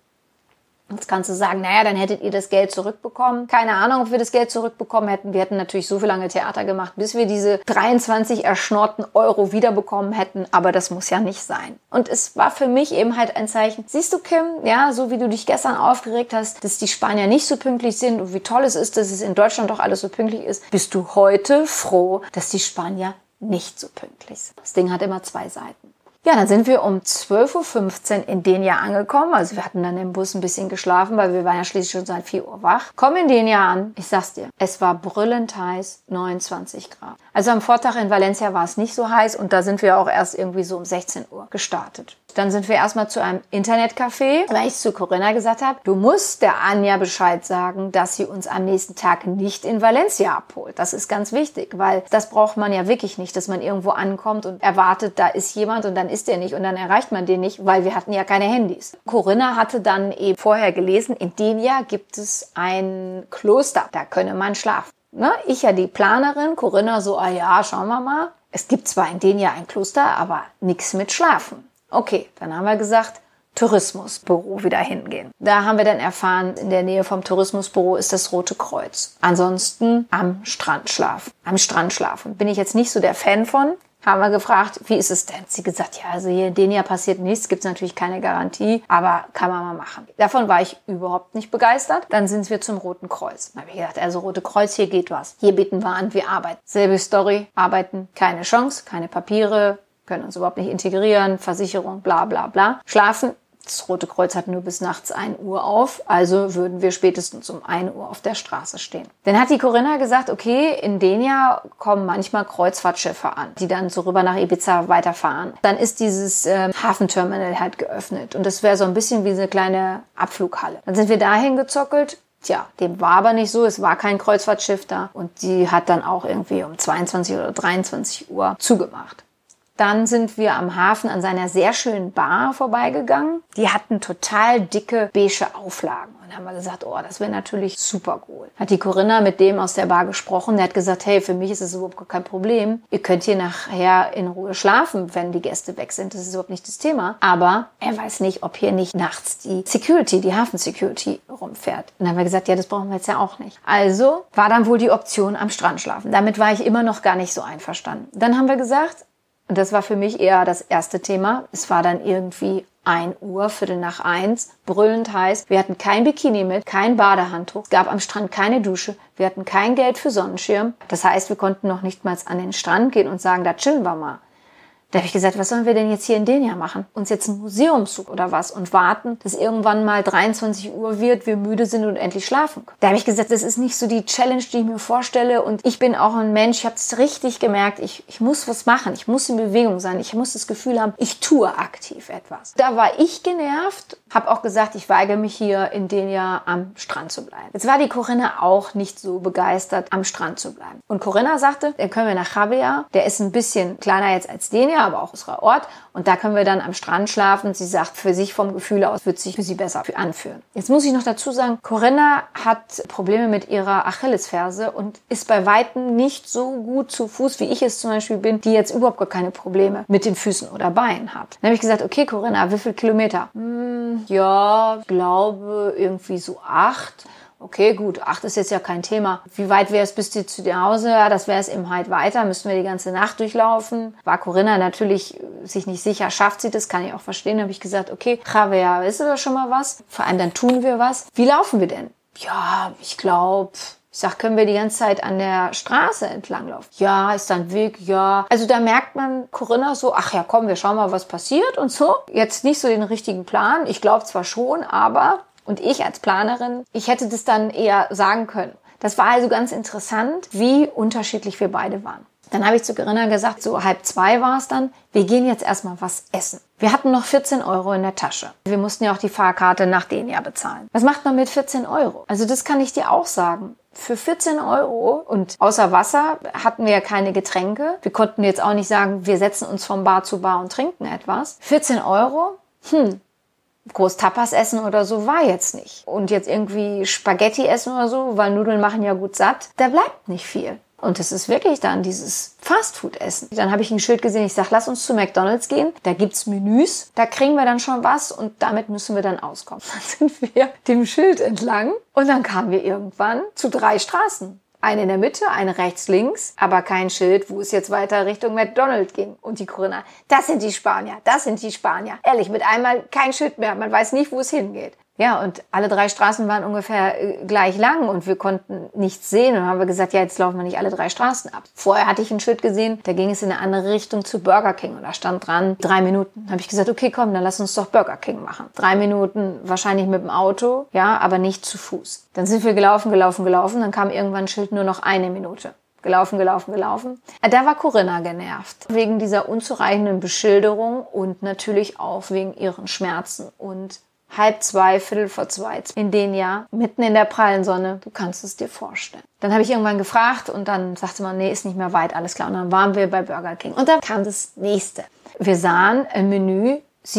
Jetzt kannst du sagen, naja, dann hättet ihr das Geld zurückbekommen. Keine Ahnung, ob wir das Geld zurückbekommen hätten. Wir hätten natürlich so viel lange Theater gemacht, bis wir diese 23 erschnorrten Euro wiederbekommen hätten. Aber das muss ja nicht sein. Und es war für mich eben halt ein Zeichen. Siehst du, Kim, ja, so wie du dich gestern aufgeregt hast, dass die Spanier nicht so pünktlich sind und wie toll es ist, dass es in Deutschland doch alles so pünktlich ist, bist du heute froh, dass die Spanier nicht so pünktlich sind. Das Ding hat immer zwei Seiten. Ja, dann sind wir um 12:15 Uhr in Denia angekommen. Also wir hatten dann im Bus ein bisschen geschlafen, weil wir waren ja schließlich schon seit 4 Uhr wach. Kommen in Denia an. Ich sag's dir, es war brüllend heiß, 29 Grad. Also am Vortag in Valencia war es nicht so heiß und da sind wir auch erst irgendwie so um 16 Uhr gestartet. Dann sind wir erstmal zu einem Internetcafé, weil ich zu Corinna gesagt habe, du musst der Anja Bescheid sagen, dass sie uns am nächsten Tag nicht in Valencia abholt. Das ist ganz wichtig, weil das braucht man ja wirklich nicht, dass man irgendwo ankommt und erwartet, da ist jemand und dann ist der nicht und dann erreicht man den nicht, weil wir hatten ja keine Handys. Corinna hatte dann eben vorher gelesen, in Denia gibt es ein Kloster, da könne man schlafen. Ne? Ich ja die Planerin, Corinna so, ah ja, schauen wir mal. Es gibt zwar in Denia ein Kloster, aber nichts mit Schlafen. Okay, dann haben wir gesagt, Tourismusbüro wieder hingehen. Da haben wir dann erfahren, in der Nähe vom Tourismusbüro ist das Rote Kreuz. Ansonsten am Strand schlafen. Am Strand schlafen. Bin ich jetzt nicht so der Fan von. Haben wir gefragt, wie ist es denn? Sie gesagt, ja, also hier in Denia passiert nichts, gibt es natürlich keine Garantie, aber kann man mal machen. Davon war ich überhaupt nicht begeistert. Dann sind wir zum Roten Kreuz. Da habe ich gedacht, also Rote Kreuz, hier geht was. Hier bieten wir an, wir arbeiten. Selbe Story, arbeiten, keine Chance, keine Papiere, können uns überhaupt nicht integrieren, Versicherung, bla bla bla. Schlafen, das Rote Kreuz hat nur bis nachts 1 Uhr auf, also würden wir spätestens um 1 Uhr auf der Straße stehen. Dann hat die Corinna gesagt, okay, in Denia kommen manchmal Kreuzfahrtschiffe an, die dann so rüber nach Ibiza weiterfahren. Dann ist dieses Hafenterminal halt geöffnet und das wäre so ein bisschen wie eine kleine Abflughalle. Dann sind wir dahin gezockelt. Tja, dem war aber nicht so, es war kein Kreuzfahrtschiff da und die hat dann auch irgendwie um 22 oder 23 Uhr zugemacht. Dann sind wir am Hafen an seiner sehr schönen Bar vorbeigegangen. Die hatten total dicke beige Auflagen. Und dann haben wir gesagt, oh, das wäre natürlich super cool. Hat die Corinna mit dem aus der Bar gesprochen. Der hat gesagt, hey, für mich ist es überhaupt kein Problem. Ihr könnt hier nachher in Ruhe schlafen, wenn die Gäste weg sind. Das ist überhaupt nicht das Thema. Aber er weiß nicht, ob hier nicht nachts die Security, die Hafen-Security rumfährt. Und dann haben wir gesagt, ja, das brauchen wir jetzt ja auch nicht. Also war dann wohl die Option am Strand schlafen. Damit war ich immer noch gar nicht so einverstanden. Dann haben wir gesagt, und das war für mich eher das erste Thema. Es war dann irgendwie 1 Uhr, 1:15, brüllend heiß. Wir hatten kein Bikini mit, kein Badehandtuch. Es gab am Strand keine Dusche. Wir hatten kein Geld für Sonnenschirm. Das heißt, wir konnten noch nicht mal an den Strand gehen und sagen, da chillen wir mal. Da habe ich gesagt, was sollen wir denn jetzt hier in Denia machen? Uns jetzt ein Museum suchen oder was und warten, dass irgendwann mal 23 Uhr wird, wir müde sind und endlich schlafen können. Da habe ich gesagt, das ist nicht so die Challenge, die ich mir vorstelle und ich bin auch ein Mensch, ich habe es richtig gemerkt, ich muss was machen, ich muss in Bewegung sein, ich muss das Gefühl haben, ich tue aktiv etwas. Da war ich genervt, habe auch gesagt, ich weigere mich hier in Denia am Strand zu bleiben. Jetzt war die Corinna auch nicht so begeistert, am Strand zu bleiben. Und Corinna sagte, dann können wir nach Javier, der ist ein bisschen kleiner jetzt als Denia, aber auch unser Ort. Und da können wir dann am Strand schlafen. Sie sagt, für sich vom Gefühl aus wird sich für sie besser anfühlen. Jetzt muss ich noch dazu sagen, Corinna hat Probleme mit ihrer Achillesferse und ist bei Weitem nicht so gut zu Fuß, wie ich es zum Beispiel bin, die jetzt überhaupt gar keine Probleme mit den Füßen oder Beinen hat. Dann habe ich gesagt, okay Corinna, wie viele Kilometer? Ja, ich glaube irgendwie so 8. Okay, gut, 8 ist jetzt ja kein Thema. Wie weit wäre es bis zu dir Hause? Ja, das wäre es eben halt weiter. Müssten wir die ganze Nacht durchlaufen. War Corinna natürlich sich nicht sicher, schafft sie das, kann ich auch verstehen. Da habe ich gesagt, okay, Javier, ist das schon mal was? Vor allem dann tun wir was. Wie laufen wir denn? Ja, ich glaube, ich Ich sag, können wir die ganze Zeit an der Straße entlanglaufen? Ja, ist da ein Weg? Ja. Also da merkt man Corinna so, ach ja, komm, wir schauen mal, was passiert und so. Jetzt nicht so den richtigen Plan. Ich glaube zwar schon, aber, und ich als Planerin, ich hätte das dann eher sagen können. Das war also ganz interessant, wie unterschiedlich wir beide waren. Dann habe ich zu Corinna gesagt, so 1:30 war es dann, wir gehen jetzt erstmal was essen. Wir hatten noch 14 € in der Tasche. Wir mussten ja auch die Fahrkarte nach Denia bezahlen. Was macht man mit 14 €? Also das kann ich dir auch sagen. Für 14 € und außer Wasser hatten wir ja keine Getränke. Wir konnten jetzt auch nicht sagen, wir setzen uns von Bar zu Bar und trinken etwas. 14 €? Groß Tapas essen oder so war jetzt nicht. Und jetzt irgendwie Spaghetti essen oder so, weil Nudeln machen ja gut satt. Da bleibt nicht viel. Und es ist wirklich dann dieses Fastfood-Essen. Dann habe ich ein Schild gesehen, ich sage, lass uns zu McDonald's gehen. Da gibt's Menüs, da kriegen wir dann schon was und damit müssen wir dann auskommen. Dann sind wir dem Schild entlang und dann kamen wir irgendwann zu 3 Straßen. Eine in der Mitte, eine rechts, links, aber kein Schild, wo es jetzt weiter Richtung McDonald's ging. Und die Corinna, das sind die Spanier, das sind die Spanier. Ehrlich, mit einmal kein Schild mehr, man weiß nicht, wo es hingeht. Ja, und alle 3 Straßen waren ungefähr gleich lang und wir konnten nichts sehen. Und dann haben wir gesagt, ja, jetzt laufen wir nicht alle 3 Straßen ab. Vorher hatte ich ein Schild gesehen, da ging es in eine andere Richtung zu Burger King. Und da stand dran, 3 Minuten. Dann habe ich gesagt, okay, komm, dann lass uns doch Burger King machen. 3 Minuten wahrscheinlich mit dem Auto, ja, aber nicht zu Fuß. Dann sind wir gelaufen. Dann kam irgendwann ein Schild, nur noch 1 Minute. Gelaufen. Da war Corinna genervt. Wegen dieser unzureichenden Beschilderung und natürlich auch wegen ihren Schmerzen und 1:30, 1:45 in Denia, mitten in der prallen Sonne. Du kannst es dir vorstellen. Dann habe ich irgendwann gefragt und dann sagte man, nee, ist nicht mehr weit, alles klar. Und dann waren wir bei Burger King. Und dann kam das Nächste. Wir sahen ein Menü,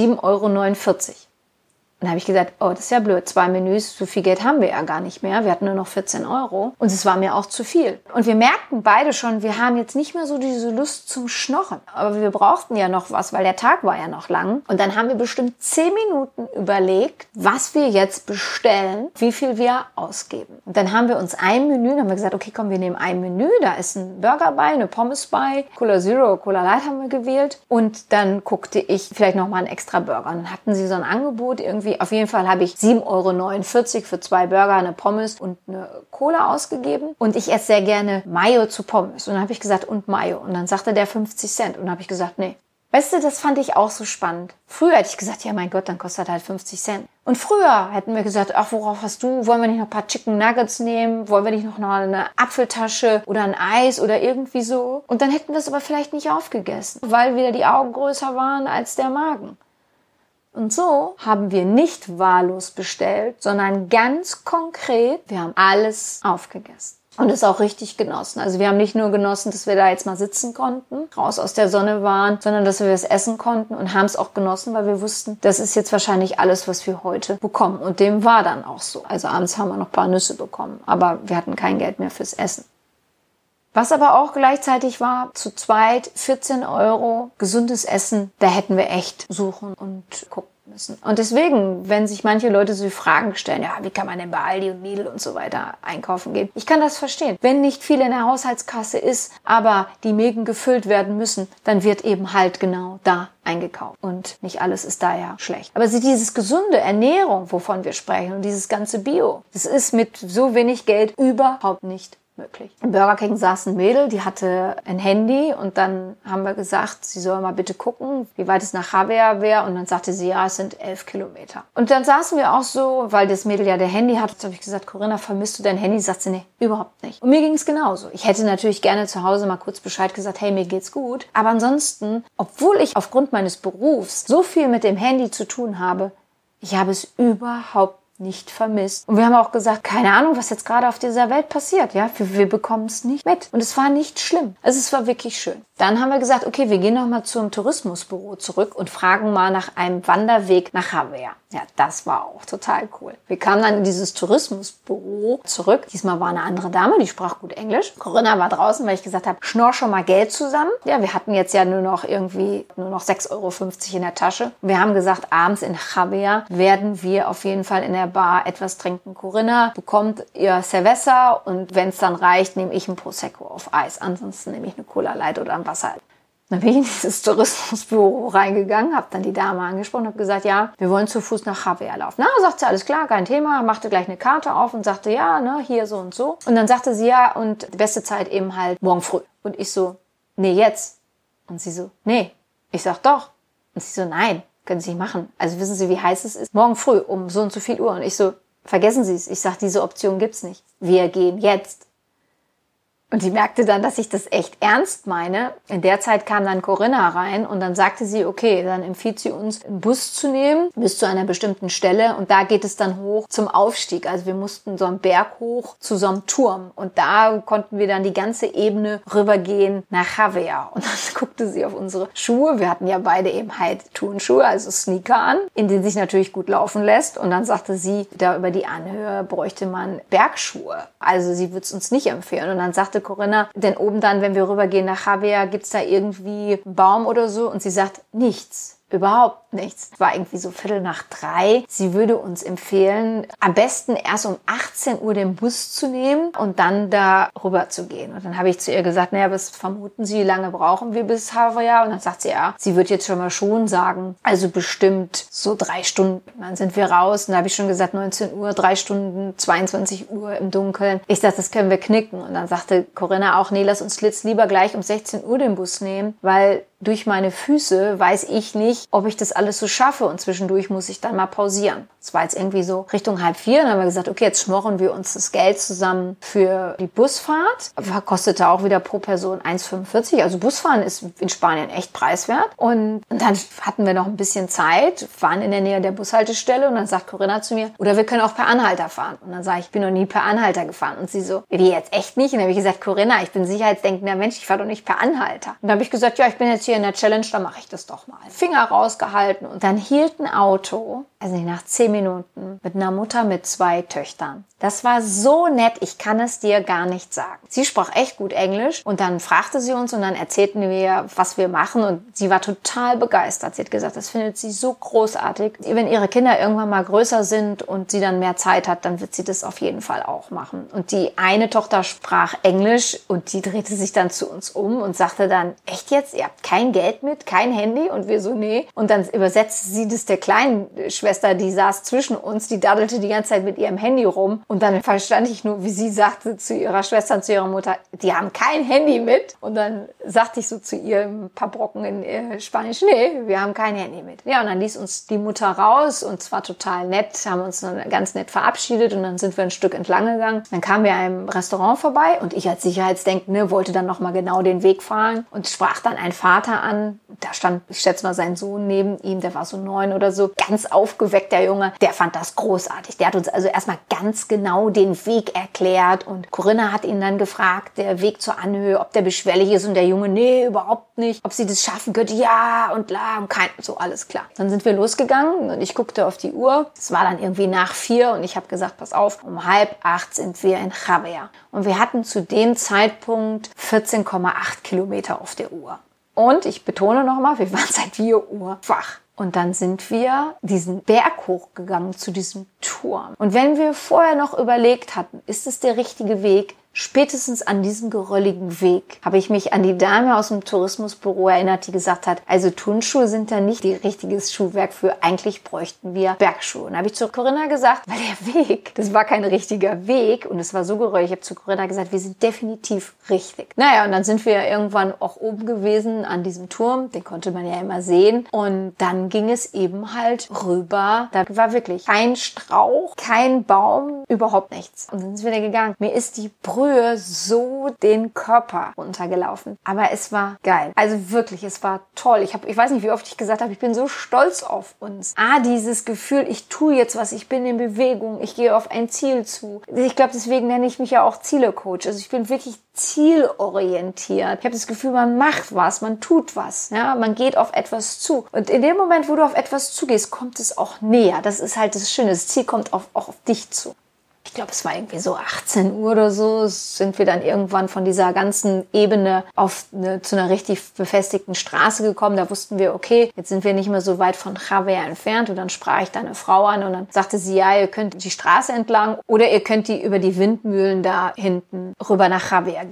7,49 €. Und dann habe ich gesagt, oh, das ist ja blöd, 2 Menüs, so viel Geld haben wir ja gar nicht mehr. Wir hatten nur noch 14 € und es war mir auch zu viel. Und wir merkten beide schon, wir haben jetzt nicht mehr so diese Lust zum Schnorren. Aber wir brauchten ja noch was, weil der Tag war ja noch lang. Und dann haben wir bestimmt 10 Minuten überlegt, was wir jetzt bestellen, wie viel wir ausgeben. Und dann haben wir uns ein Menü, dann haben wir gesagt, okay, komm, wir nehmen ein Menü, da ist ein Burger bei, eine Pommes bei, Cola Zero, Cola Light haben wir gewählt. Und dann guckte ich vielleicht noch mal einen extra Burger. Und dann hatten sie so ein Angebot irgendwie. Auf jeden Fall habe ich 7,49 € für 2 Burger, eine Pommes und eine Cola ausgegeben. Und ich esse sehr gerne Mayo zu Pommes. Und dann habe ich gesagt, und Mayo. Und dann sagte der 50 Cent. Und dann habe ich gesagt, nee. Weißt du, das fand ich auch so spannend. Früher hätte ich gesagt, ja mein Gott, dann kostet halt 50 Cent. Und früher hätten wir gesagt, ach, worauf hast du? Wollen wir nicht noch ein paar Chicken Nuggets nehmen? Wollen wir nicht noch eine Apfeltasche oder ein Eis oder irgendwie so? Und dann hätten wir es aber vielleicht nicht aufgegessen, weil wieder die Augen größer waren als der Magen. Und so haben wir nicht wahllos bestellt, sondern ganz konkret, wir haben alles aufgegessen. Und es auch richtig genossen. Also wir haben nicht nur genossen, dass wir da jetzt mal sitzen konnten, raus aus der Sonne waren, sondern dass wir es essen konnten und haben es auch genossen, weil wir wussten, das ist jetzt wahrscheinlich alles, was wir heute bekommen. Und dem war dann auch so. Also abends haben wir noch ein paar Nüsse bekommen, aber wir hatten kein Geld mehr fürs Essen. Was aber auch gleichzeitig war, zu zweit 14 €, gesundes Essen, da hätten wir echt suchen und gucken müssen. Und deswegen, wenn sich manche Leute so Fragen stellen, ja, wie kann man denn bei Aldi und Lidl und so weiter einkaufen gehen? Ich kann das verstehen. Wenn nicht viel in der Haushaltskasse ist, aber die Mägen gefüllt werden müssen, dann wird eben halt genau da eingekauft. Und nicht alles ist da ja schlecht. Aber dieses gesunde Ernährung, wovon wir sprechen, und dieses ganze Bio, das ist mit so wenig Geld überhaupt nicht möglich. Im Burger King saß ein Mädel, die hatte ein Handy und dann haben wir gesagt, sie soll mal bitte gucken, wie weit es nach Javier wäre und dann sagte sie, ja, es sind 11 Kilometer. Und dann saßen wir auch so, weil das Mädel ja der Handy hat, jetzt habe ich gesagt, Corinna, vermisst du dein Handy? Sagt sie, nee, überhaupt nicht. Und mir ging es genauso. Ich hätte natürlich gerne zu Hause mal kurz Bescheid gesagt, hey, mir geht's gut. Aber ansonsten, obwohl ich aufgrund meines Berufs so viel mit dem Handy zu tun habe, ich habe es überhaupt nicht vermisst. Und wir haben auch gesagt, keine Ahnung, was jetzt gerade auf dieser Welt passiert. Ja, wir bekommen es nicht mit. Und es war nicht schlimm. Also es war wirklich schön. Dann haben wir gesagt, okay, wir gehen nochmal zum Tourismusbüro zurück und fragen mal nach einem Wanderweg nach Javier. Ja, das war auch total cool. Wir kamen dann in dieses Tourismusbüro zurück. Diesmal war eine andere Dame, die sprach gut Englisch. Corinna war draußen, weil ich gesagt habe, schnorr schon mal Geld zusammen. Ja, wir hatten jetzt ja nur noch 6,50 € in der Tasche. Wir haben gesagt, abends in Javier werden wir auf jeden Fall in der Bar etwas trinken. Corinna bekommt ihr Cerveza und wenn es dann reicht, nehme ich ein Prosecco auf Eis. Ansonsten nehme ich eine Cola Light oder ein Wasser. Dann bin ich in dieses Tourismusbüro reingegangen, habe dann die Dame angesprochen und habe gesagt, ja, wir wollen zu Fuß nach Javea laufen. Na, sagt sie, alles klar, kein Thema, machte gleich eine Karte auf und sagte, ja, ne, hier so und so. Und dann sagte sie, ja, und die beste Zeit eben halt morgen früh. Und ich so, nee, jetzt. Und sie so, nee. Ich sag, doch. Und sie so, nein, können Sie nicht machen. Also wissen Sie, wie heiß es ist? Morgen früh um so und so viel Uhr. Und ich so, vergessen Sie es. Ich sag, diese Option gibt's nicht. Wir gehen jetzt. Und sie merkte dann, dass ich das echt ernst meine. In der Zeit kam dann Corinna rein und dann sagte sie, okay, dann empfiehlt sie uns, einen Bus zu nehmen bis zu einer bestimmten Stelle und da geht es dann hoch zum Aufstieg. Also wir mussten so einen Berg hoch zu so einem Turm und da konnten wir dann die ganze Ebene rübergehen nach Javea. Und dann guckte sie auf unsere Schuhe. Wir hatten ja beide eben halt Turnschuhe, also Sneaker an, in denen sich natürlich gut laufen lässt. Und dann sagte sie, da über die Anhöhe bräuchte man Bergschuhe. Also sie würde es uns nicht empfehlen. Und dann sagte Corinna, denn oben dann, wenn wir rübergehen nach Javea, gibt's da irgendwie einen Baum oder so? Und sie sagt, nichts. Überhaupt nichts. Es war irgendwie so 2:45. Sie würde uns empfehlen, am besten erst um 18 Uhr den Bus zu nehmen und dann da rüber zu gehen. Und dann habe ich zu ihr gesagt, naja, was vermuten Sie, wie lange brauchen wir bis Javea? Und dann sagt sie, ja, sie wird jetzt schon mal schon sagen, also bestimmt so 3 Stunden. Dann sind wir raus und da habe ich schon gesagt, 19 Uhr, 3 Stunden, 22 Uhr im Dunkeln. Ich dachte, das können wir knicken. Und dann sagte Corinna auch, nee, lass uns jetzt lieber gleich um 16 Uhr den Bus nehmen, weil durch meine Füße weiß ich nicht, ob ich das alles so schaffe und zwischendurch muss ich dann mal pausieren. Es war jetzt irgendwie so Richtung 3:30, dann haben wir gesagt, okay, jetzt schmorren wir uns das Geld zusammen für die Busfahrt. Kostete auch wieder pro Person 1,45. Also Busfahren ist in Spanien echt preiswert. Und dann hatten wir noch ein bisschen Zeit, waren in der Nähe der Bushaltestelle und dann sagt Corinna zu mir, oder wir können auch per Anhalter fahren. Und dann sage ich, bin noch nie per Anhalter gefahren. Und sie so, wie jetzt echt nicht? Und dann habe ich gesagt, Corinna, ich bin sicherheitsdenkender Mensch, ich fahre doch nicht per Anhalter. Und dann habe ich gesagt, ja, ich bin jetzt hier in der Challenge, dann mache ich das doch mal. Finger rausgehalten und dann hielt ein Auto, also nicht nach 10 Minuten, mit einer Mutter mit 2 Töchtern. Das war so nett, ich kann es dir gar nicht sagen. Sie sprach echt gut Englisch und dann fragte sie uns und dann erzählten wir, was wir machen und sie war total begeistert. Sie hat gesagt, das findet sie so großartig. Wenn ihre Kinder irgendwann mal größer sind und sie dann mehr Zeit hat, dann wird sie das auf jeden Fall auch machen. Und die eine Tochter sprach Englisch und die drehte sich dann zu uns um und sagte dann, echt jetzt, ihr habt kein Geld mit, kein Handy? Und wir so, nee. Und dann übersetzte sie das der kleinen Schwester, die saß zwischen uns, die daddelte die ganze Zeit mit ihrem Handy rum. Und dann verstand ich nur, wie sie sagte zu ihrer Schwester und zu ihrer Mutter, die haben kein Handy mit. Und dann sagte ich so zu ihr ein paar Brocken in Spanisch, nee, wir haben kein Handy mit. Ja, und dann ließ uns die Mutter raus und es war total nett, haben uns dann ganz nett verabschiedet und dann sind wir ein Stück entlang gegangen. Dann kamen wir einem Restaurant vorbei und ich als Sicherheitsdenkende wollte dann nochmal genau den Weg fahren und sprach dann ein Vater an. Da stand, ich schätze mal, sein Sohn neben ihm, der war so 9 oder so, ganz aufgeweckt, der Junge, der fand das großartig. Der hat uns also erstmal ganz genau den Weg erklärt und Corinna hat ihn dann gefragt, der Weg zur Anhöhe, ob der beschwerlich ist und der Junge, nee, überhaupt nicht, ob sie das schaffen könnte, ja und la und kein, so alles klar. Dann sind wir losgegangen und ich guckte auf die Uhr, es war dann irgendwie nach 4 und ich habe gesagt, pass auf, um 7:30 sind wir in Javea und wir hatten zu dem Zeitpunkt 14,8 Kilometer auf der Uhr. Und ich betone nochmal, wir waren seit 4 Uhr wach. Und dann sind wir diesen Berg hochgegangen zu diesem Turm. Und wenn wir vorher noch überlegt hatten, ist es der richtige Weg, spätestens an diesem gerölligen Weg habe ich mich an die Dame aus dem Tourismusbüro erinnert, die gesagt hat, also Turnschuhe sind da nicht die richtiges Schuhwerk für, eigentlich bräuchten wir Bergschuhe. Und da habe ich zu Corinna gesagt, weil der Weg, das war kein richtiger Weg und es war so geröllig. Ich habe zu Corinna gesagt, wir sind definitiv richtig. Naja, und dann sind wir irgendwann auch oben gewesen an diesem Turm, den konnte man ja immer sehen und dann ging es eben halt rüber. Da war wirklich kein Strauch, kein Baum, überhaupt nichts. Und dann sind wir wieder gegangen. Mir ist die Brühe so den Körper runtergelaufen. Aber es war geil. Also wirklich, es war toll. Ich weiß nicht, wie oft ich gesagt habe, ich bin so stolz auf uns. Dieses Gefühl, ich tue jetzt was, ich bin in Bewegung, ich gehe auf ein Ziel zu. Ich glaube, deswegen nenne ich mich ja auch Ziele-Coach. Also ich bin wirklich zielorientiert. Ich habe das Gefühl, man macht was, man tut was. Ja, man geht auf etwas zu. Und in dem Moment, wo du auf etwas zugehst, kommt es auch näher. Das ist halt das Schöne. Das Ziel kommt auch auf dich zu. Ich glaube, es war irgendwie so 18 Uhr oder so, sind wir dann irgendwann von dieser ganzen Ebene zu einer richtig befestigten Straße gekommen. Da wussten wir, okay, jetzt sind wir nicht mehr so weit von Javea entfernt. Und dann sprach ich da eine Frau an und dann sagte sie, ja, ihr könnt die Straße entlang oder ihr könnt über die Windmühlen da hinten rüber nach Javea gehen.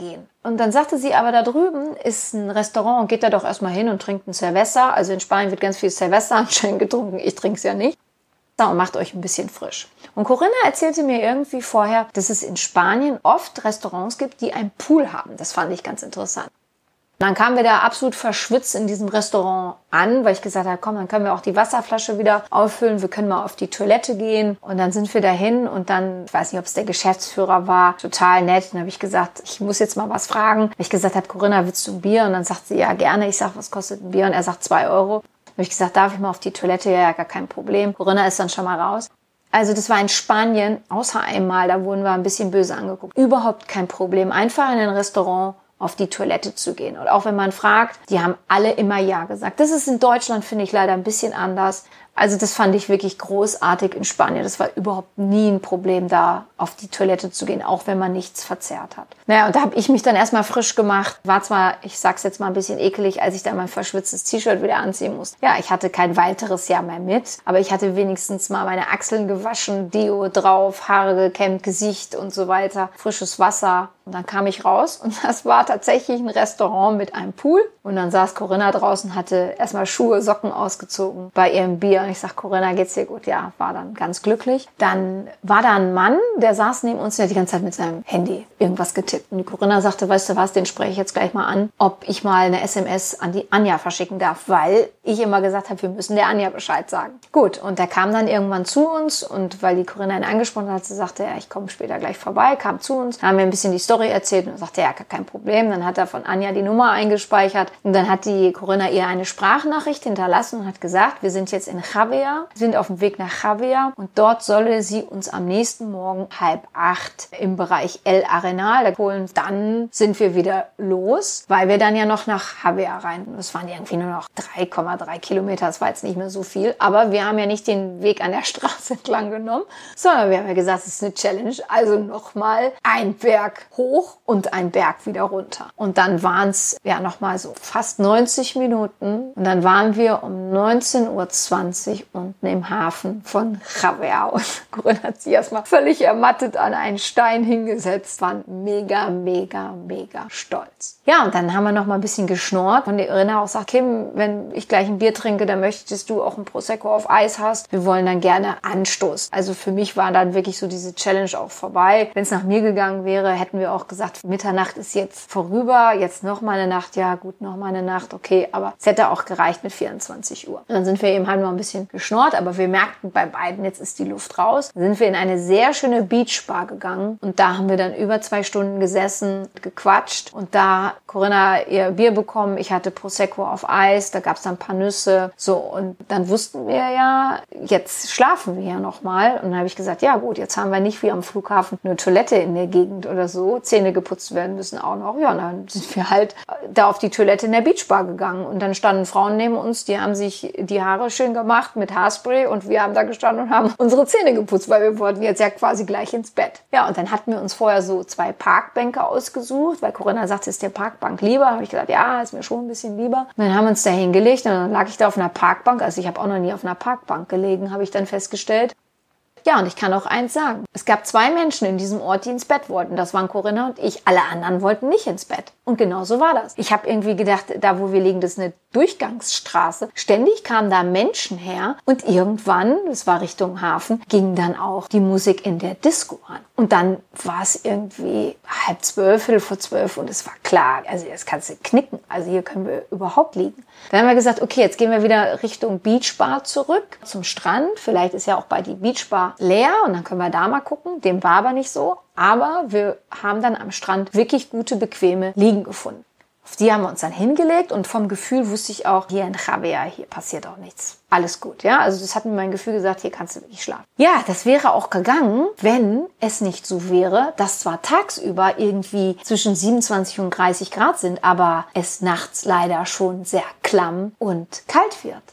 Und dann sagte sie, aber da drüben ist ein Restaurant und geht da doch erstmal hin und trinkt ein Cerveza. Also in Spanien wird ganz viel Cerveza anscheinend getrunken. Ich trinke es ja nicht. Und macht euch ein bisschen frisch. Und Corinna erzählte mir irgendwie vorher, dass es in Spanien oft Restaurants gibt, die einen Pool haben. Das fand ich ganz interessant. Dann kamen wir da absolut verschwitzt in diesem Restaurant an, weil ich gesagt habe, komm, dann können wir auch die Wasserflasche wieder auffüllen, wir können mal auf die Toilette gehen. Und dann sind wir dahin und dann, ich weiß nicht, ob es der Geschäftsführer war, total nett. Dann habe ich gesagt, ich muss jetzt mal was fragen. Weil ich gesagt habe, Corinna, willst du ein Bier? Und dann sagt sie, ja, gerne. Ich sage, was kostet ein Bier? Und er sagt 2 Euro. Habe ich gesagt, darf ich mal auf die Toilette? Ja, gar kein Problem. Corinna ist dann schon mal raus. Also das war in Spanien, außer einmal, da wurden wir ein bisschen böse angeguckt. Überhaupt kein Problem. Einfach in ein Restaurant auf die Toilette zu gehen. Und auch wenn man fragt, die haben alle immer Ja gesagt. Das ist in Deutschland, finde ich, leider ein bisschen anders. Also das fand ich wirklich großartig in Spanien. Das war überhaupt nie ein Problem, da auf die Toilette zu gehen, auch wenn man nichts verzehrt hat. Naja, und da habe ich mich dann erstmal frisch gemacht. War zwar, ich sag's jetzt mal ein bisschen ekelig, als ich da mein verschwitztes T-Shirt wieder anziehen musste. Ja, ich hatte kein weiteres Jahr mehr mit, aber ich hatte wenigstens mal meine Achseln gewaschen, Deo drauf, Haare gekämmt, Gesicht und so weiter, frisches Wasser. Und dann kam ich raus und das war tatsächlich ein Restaurant mit einem Pool. Und dann saß Corinna draußen, hatte erstmal Schuhe, Socken ausgezogen bei ihrem Bier. Und ich sag, Corinna, geht's dir gut? Ja, war dann ganz glücklich. Dann war da ein Mann, der saß neben uns, der hat die ganze Zeit mit seinem Handy irgendwas getippt. Und die Corinna sagte, weißt du was, den spreche ich jetzt gleich mal an, ob ich mal eine SMS an die Anja verschicken darf, weil ich immer gesagt habe, wir müssen der Anja Bescheid sagen. Gut, und der kam dann irgendwann zu uns und weil die Corinna ihn angesprochen hat, sie sagte, ja, ich komme später gleich vorbei, kam zu uns, haben wir ein bisschen die Story erzählt und sagte, ja, kein Problem. Dann hat er von Anja die Nummer eingespeichert und dann hat die Corinna ihr eine Sprachnachricht hinterlassen und hat gesagt, wir sind jetzt in Javea, sind auf dem Weg nach Javea und dort solle sie uns am nächsten Morgen 7:30 im Bereich El Arenal holen. Dann sind wir wieder los, weil wir dann ja noch nach Javea rein. Das waren irgendwie nur noch 3,3 Kilometer, das war jetzt nicht mehr so viel, aber wir haben ja nicht den Weg an der Straße entlang genommen, sondern wir haben ja gesagt, es ist eine Challenge, also nochmal ein Berg hoch und ein Berg wieder runter. Und dann waren es ja nochmal so fast 90 Minuten und dann waren wir um 19:20 Uhr unten im Hafen von Javea und Corinna hat sich erstmal völlig ermattet an einen Stein hingesetzt, waren mega, mega, mega stolz. Ja, und dann haben wir noch mal ein bisschen geschnorrt und die Corinna auch sagt, Kim, wenn ich gleich ein Bier trinke, dann möchtest du auch ein Prosecco auf Eis hast. Wir wollen dann gerne anstoßen. Also für mich war dann wirklich so diese Challenge auch vorbei. Wenn es nach mir gegangen wäre, hätten wir auch gesagt, Mitternacht ist jetzt vorüber, jetzt noch mal eine Nacht, ja gut, noch mal eine Nacht, okay, aber es hätte auch gereicht mit 24 Uhr. Und dann sind wir eben halt noch ein bisschen geschnorrt, aber wir merkten bei beiden, jetzt ist die Luft raus. Dann sind wir in eine sehr schöne Beachbar gegangen und da haben wir dann über 2 Stunden gesessen, gequatscht und da Corinna ihr Bier bekommen, ich hatte Prosecco auf Eis, da gab es dann ein paar Nüsse, so und dann wussten wir ja, jetzt schlafen wir ja noch mal und dann habe ich gesagt, ja gut, jetzt haben wir nicht wie am Flughafen eine Toilette in der Gegend oder so, Zähne geputzt werden müssen auch noch, ja, und dann sind wir halt da auf die Toilette in der Beachbar gegangen und dann standen Frauen neben uns, die haben sich die Haare schön gemacht mit Haarspray und wir haben da gestanden und haben unsere Zähne geputzt, weil wir wollten jetzt ja quasi gleich ins Bett. Ja, und dann hatten wir uns vorher so 2 Parkbänke ausgesucht, weil Corinna sagte, ist der Parkbank lieber? Habe ich gesagt, ja, ist mir schon ein bisschen lieber. Und dann haben wir uns da hingelegt und dann lag ich da auf einer Parkbank, also ich habe auch noch nie auf einer Parkbank gelegen, habe ich dann festgestellt. Ja, und ich kann auch eins sagen. Es gab 2 Menschen in diesem Ort, die ins Bett wollten. Das waren Corinna und ich. Alle anderen wollten nicht ins Bett. Und genau so war das. Ich habe irgendwie gedacht, da wo wir liegen, das ist eine Durchgangsstraße. Ständig kamen da Menschen her und irgendwann, das war Richtung Hafen, ging dann auch die Musik in der Disco an. Und dann war es irgendwie 11:30, 11:45 und es war klar, also jetzt kannst du knicken. Also hier können wir überhaupt liegen. Dann haben wir gesagt, okay, jetzt gehen wir wieder Richtung Beachbar zurück zum Strand. Vielleicht ist ja auch bald die Beachbar leer und dann können wir da mal gucken. Dem war aber nicht so. Aber wir haben dann am Strand wirklich gute, bequeme Liegen gefunden. Auf die haben wir uns dann hingelegt und vom Gefühl wusste ich auch, hier in Javea, hier passiert auch nichts. Alles gut, ja. Also das hat mir mein Gefühl gesagt, hier kannst du wirklich schlafen. Ja, das wäre auch gegangen, wenn es nicht so wäre, dass zwar tagsüber irgendwie zwischen 27 und 30 Grad sind, aber es nachts leider schon sehr klamm und kalt wird.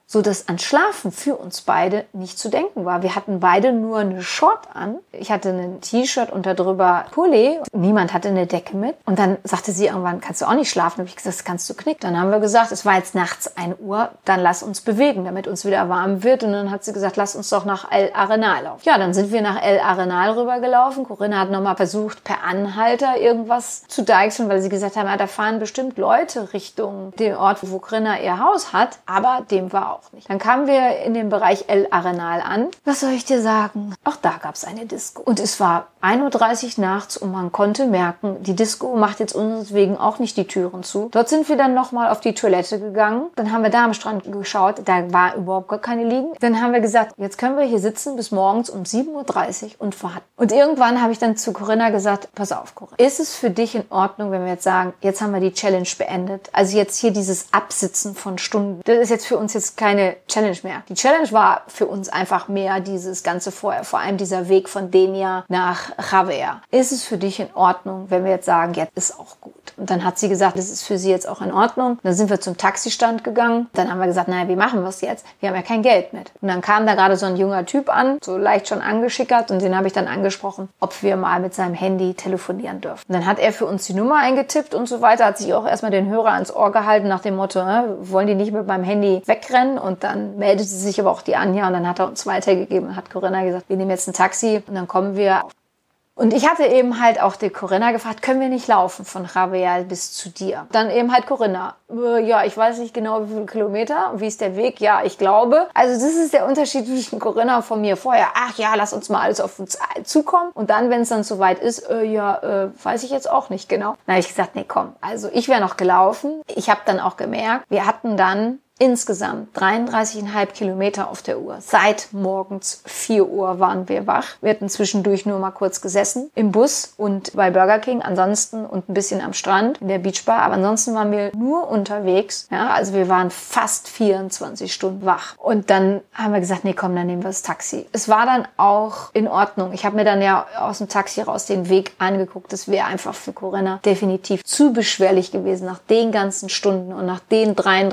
so dass an Schlafen für uns beide nicht zu denken war. Wir hatten beide nur eine Short an. Ich hatte ein T-Shirt und darüber Pulli. Niemand hatte eine Decke mit. Und dann sagte sie irgendwann, kannst du auch nicht schlafen? Da habe ich gesagt, das kannst du knicken. Dann haben wir gesagt, es war jetzt nachts 1 Uhr, dann lass uns bewegen, damit uns wieder warm wird. Und dann hat sie gesagt, lass uns doch nach El Arenal laufen. Ja, dann sind wir nach El Arenal rübergelaufen. Corinna hat nochmal versucht, per Anhalter irgendwas zu deichseln, weil sie gesagt haben, da fahren bestimmt Leute Richtung dem Ort, wo Corinna ihr Haus hat. Aber dem war auch nicht. Dann kamen wir in den Bereich El Arenal an. Was soll ich dir sagen? Auch da gab es eine Disco. Und es war 1:30 Uhr nachts und man konnte merken, die Disco macht jetzt unseretwegen auch nicht die Türen zu. Dort sind wir dann nochmal auf die Toilette gegangen. Dann haben wir da am Strand geschaut. Da war überhaupt gar keine liegen. Dann haben wir gesagt, jetzt können wir hier sitzen bis morgens um 7:30 Uhr und warten. Und irgendwann habe ich dann zu Corinna gesagt, pass auf, Corinna, ist es für dich in Ordnung, wenn wir jetzt sagen, jetzt haben wir die Challenge beendet? Also jetzt hier dieses Absitzen von Stunden, das ist jetzt für uns jetzt keine Challenge mehr. Die Challenge war für uns einfach mehr dieses ganze vorher, vor allem dieser Weg von Denia nach Javea. Ist es für dich in Ordnung, wenn wir jetzt sagen, jetzt ist auch gut? Und dann hat sie gesagt, das ist für sie jetzt auch in Ordnung. Dann sind wir zum Taxistand gegangen. Dann haben wir gesagt, naja, wie machen wir es jetzt? Wir haben ja kein Geld mit. Und dann kam da gerade so ein junger Typ an, so leicht schon angeschickert. Und den habe ich dann angesprochen, ob wir mal mit seinem Handy telefonieren dürfen. Und dann hat er für uns die Nummer eingetippt und so weiter. Hat sich auch erstmal den Hörer ans Ohr gehalten nach dem Motto, wollen die nicht mit meinem Handy wegrennen? Und dann meldete sich aber auch die Anja und dann hat er uns weitergegeben und hat Corinna gesagt, wir nehmen jetzt ein Taxi und dann kommen wir. Und ich hatte eben halt auch die Corinna gefragt, können wir nicht laufen von Javea bis zu dir? Dann eben halt Corinna, ja, ich weiß nicht genau, wie viele Kilometer, wie ist der Weg? Ja, ich glaube. Also das ist der Unterschied zwischen Corinna und von mir vorher. Ach ja, lass uns mal alles auf uns zukommen. Und dann, wenn es dann soweit ist, weiß ich jetzt auch nicht genau. Dann habe ich gesagt, nee, komm, also ich wäre noch gelaufen. Ich habe dann auch gemerkt, wir hatten dann insgesamt 33,5 Kilometer auf der Uhr. Seit morgens 4 Uhr waren wir wach. Wir hatten zwischendurch nur mal kurz gesessen im Bus und bei Burger King ansonsten und ein bisschen am Strand in der Beachbar. Aber ansonsten waren wir nur unterwegs. Ja, also wir waren fast 24 Stunden wach. Und dann haben wir gesagt, nee, komm, dann nehmen wir das Taxi. Es war dann auch in Ordnung. Ich habe mir dann ja aus dem Taxi raus den Weg angeguckt. Das wäre einfach für Corinna definitiv zu beschwerlich gewesen nach den ganzen Stunden und nach den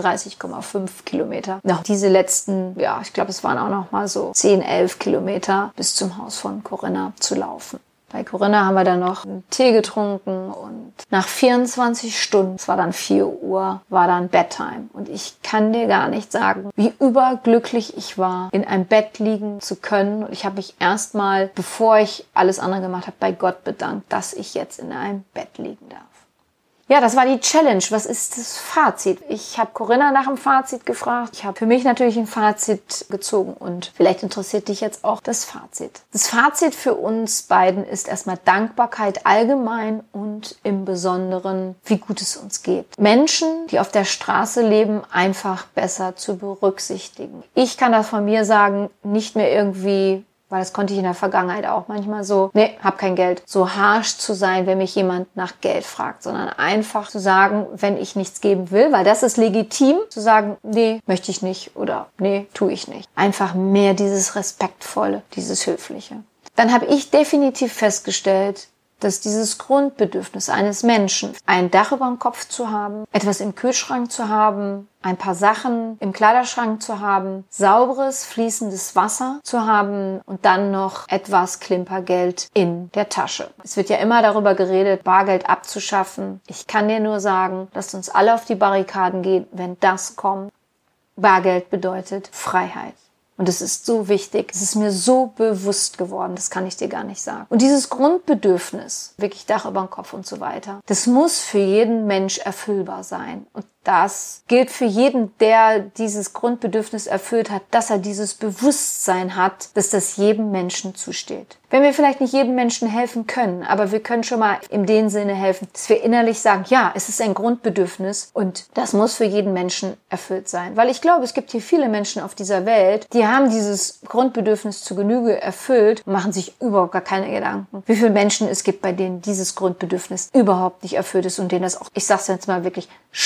33,5 Kilometer. Noch diese letzten, ja, ich glaube, es waren auch noch mal so 10, 11 Kilometer bis zum Haus von Corinna zu laufen. Bei Corinna haben wir dann noch einen Tee getrunken und nach 24 Stunden, es war dann 4 Uhr, war dann Bedtime. Und ich kann dir gar nicht sagen, wie überglücklich ich war, in einem Bett liegen zu können. Und ich habe mich erstmal, bevor ich alles andere gemacht habe, bei Gott bedankt, dass ich jetzt in einem Bett liegen darf. Ja, das war die Challenge. Was ist das Fazit? Ich habe Corinna nach dem Fazit gefragt. Ich habe für mich natürlich ein Fazit gezogen und vielleicht interessiert dich jetzt auch das Fazit. Das Fazit für uns beiden ist erstmal Dankbarkeit allgemein und im Besonderen, wie gut es uns geht. Menschen, die auf der Straße leben, einfach besser zu berücksichtigen. Ich kann das von mir sagen, nicht mehr irgendwie, weil das konnte ich in der Vergangenheit auch manchmal so, nee, hab kein Geld, so harsh zu sein, wenn mich jemand nach Geld fragt, sondern einfach zu sagen, wenn ich nichts geben will, weil das ist legitim, zu sagen, nee, möchte ich nicht oder nee, tue ich nicht. Einfach mehr dieses Respektvolle, dieses Höfliche. Dann habe ich definitiv festgestellt, dass dieses Grundbedürfnis eines Menschen, ein Dach über dem Kopf zu haben, etwas im Kühlschrank zu haben, ein paar Sachen im Kleiderschrank zu haben, sauberes, fließendes Wasser zu haben und dann noch etwas Klimpergeld in der Tasche. Es wird ja immer darüber geredet, Bargeld abzuschaffen. Ich kann dir nur sagen, lasst uns alle auf die Barrikaden gehen, wenn das kommt. Bargeld bedeutet Freiheit. Und es ist so wichtig, es ist mir so bewusst geworden, das kann ich dir gar nicht sagen. Und dieses Grundbedürfnis, wirklich Dach über dem Kopf und so weiter, das muss für jeden Mensch erfüllbar sein. Und das gilt für jeden, der dieses Grundbedürfnis erfüllt hat, dass er dieses Bewusstsein hat, dass das jedem Menschen zusteht. Wenn wir vielleicht nicht jedem Menschen helfen können, aber wir können schon mal in dem Sinne helfen, dass wir innerlich sagen, ja, es ist ein Grundbedürfnis und das muss für jeden Menschen erfüllt sein. Weil ich glaube, es gibt hier viele Menschen auf dieser Welt, die haben dieses Grundbedürfnis zu Genüge erfüllt und machen sich überhaupt gar keine Gedanken, wie viele Menschen es gibt, bei denen dieses Grundbedürfnis überhaupt nicht erfüllt ist und denen das auch, ich sag's jetzt mal wirklich, scheißegal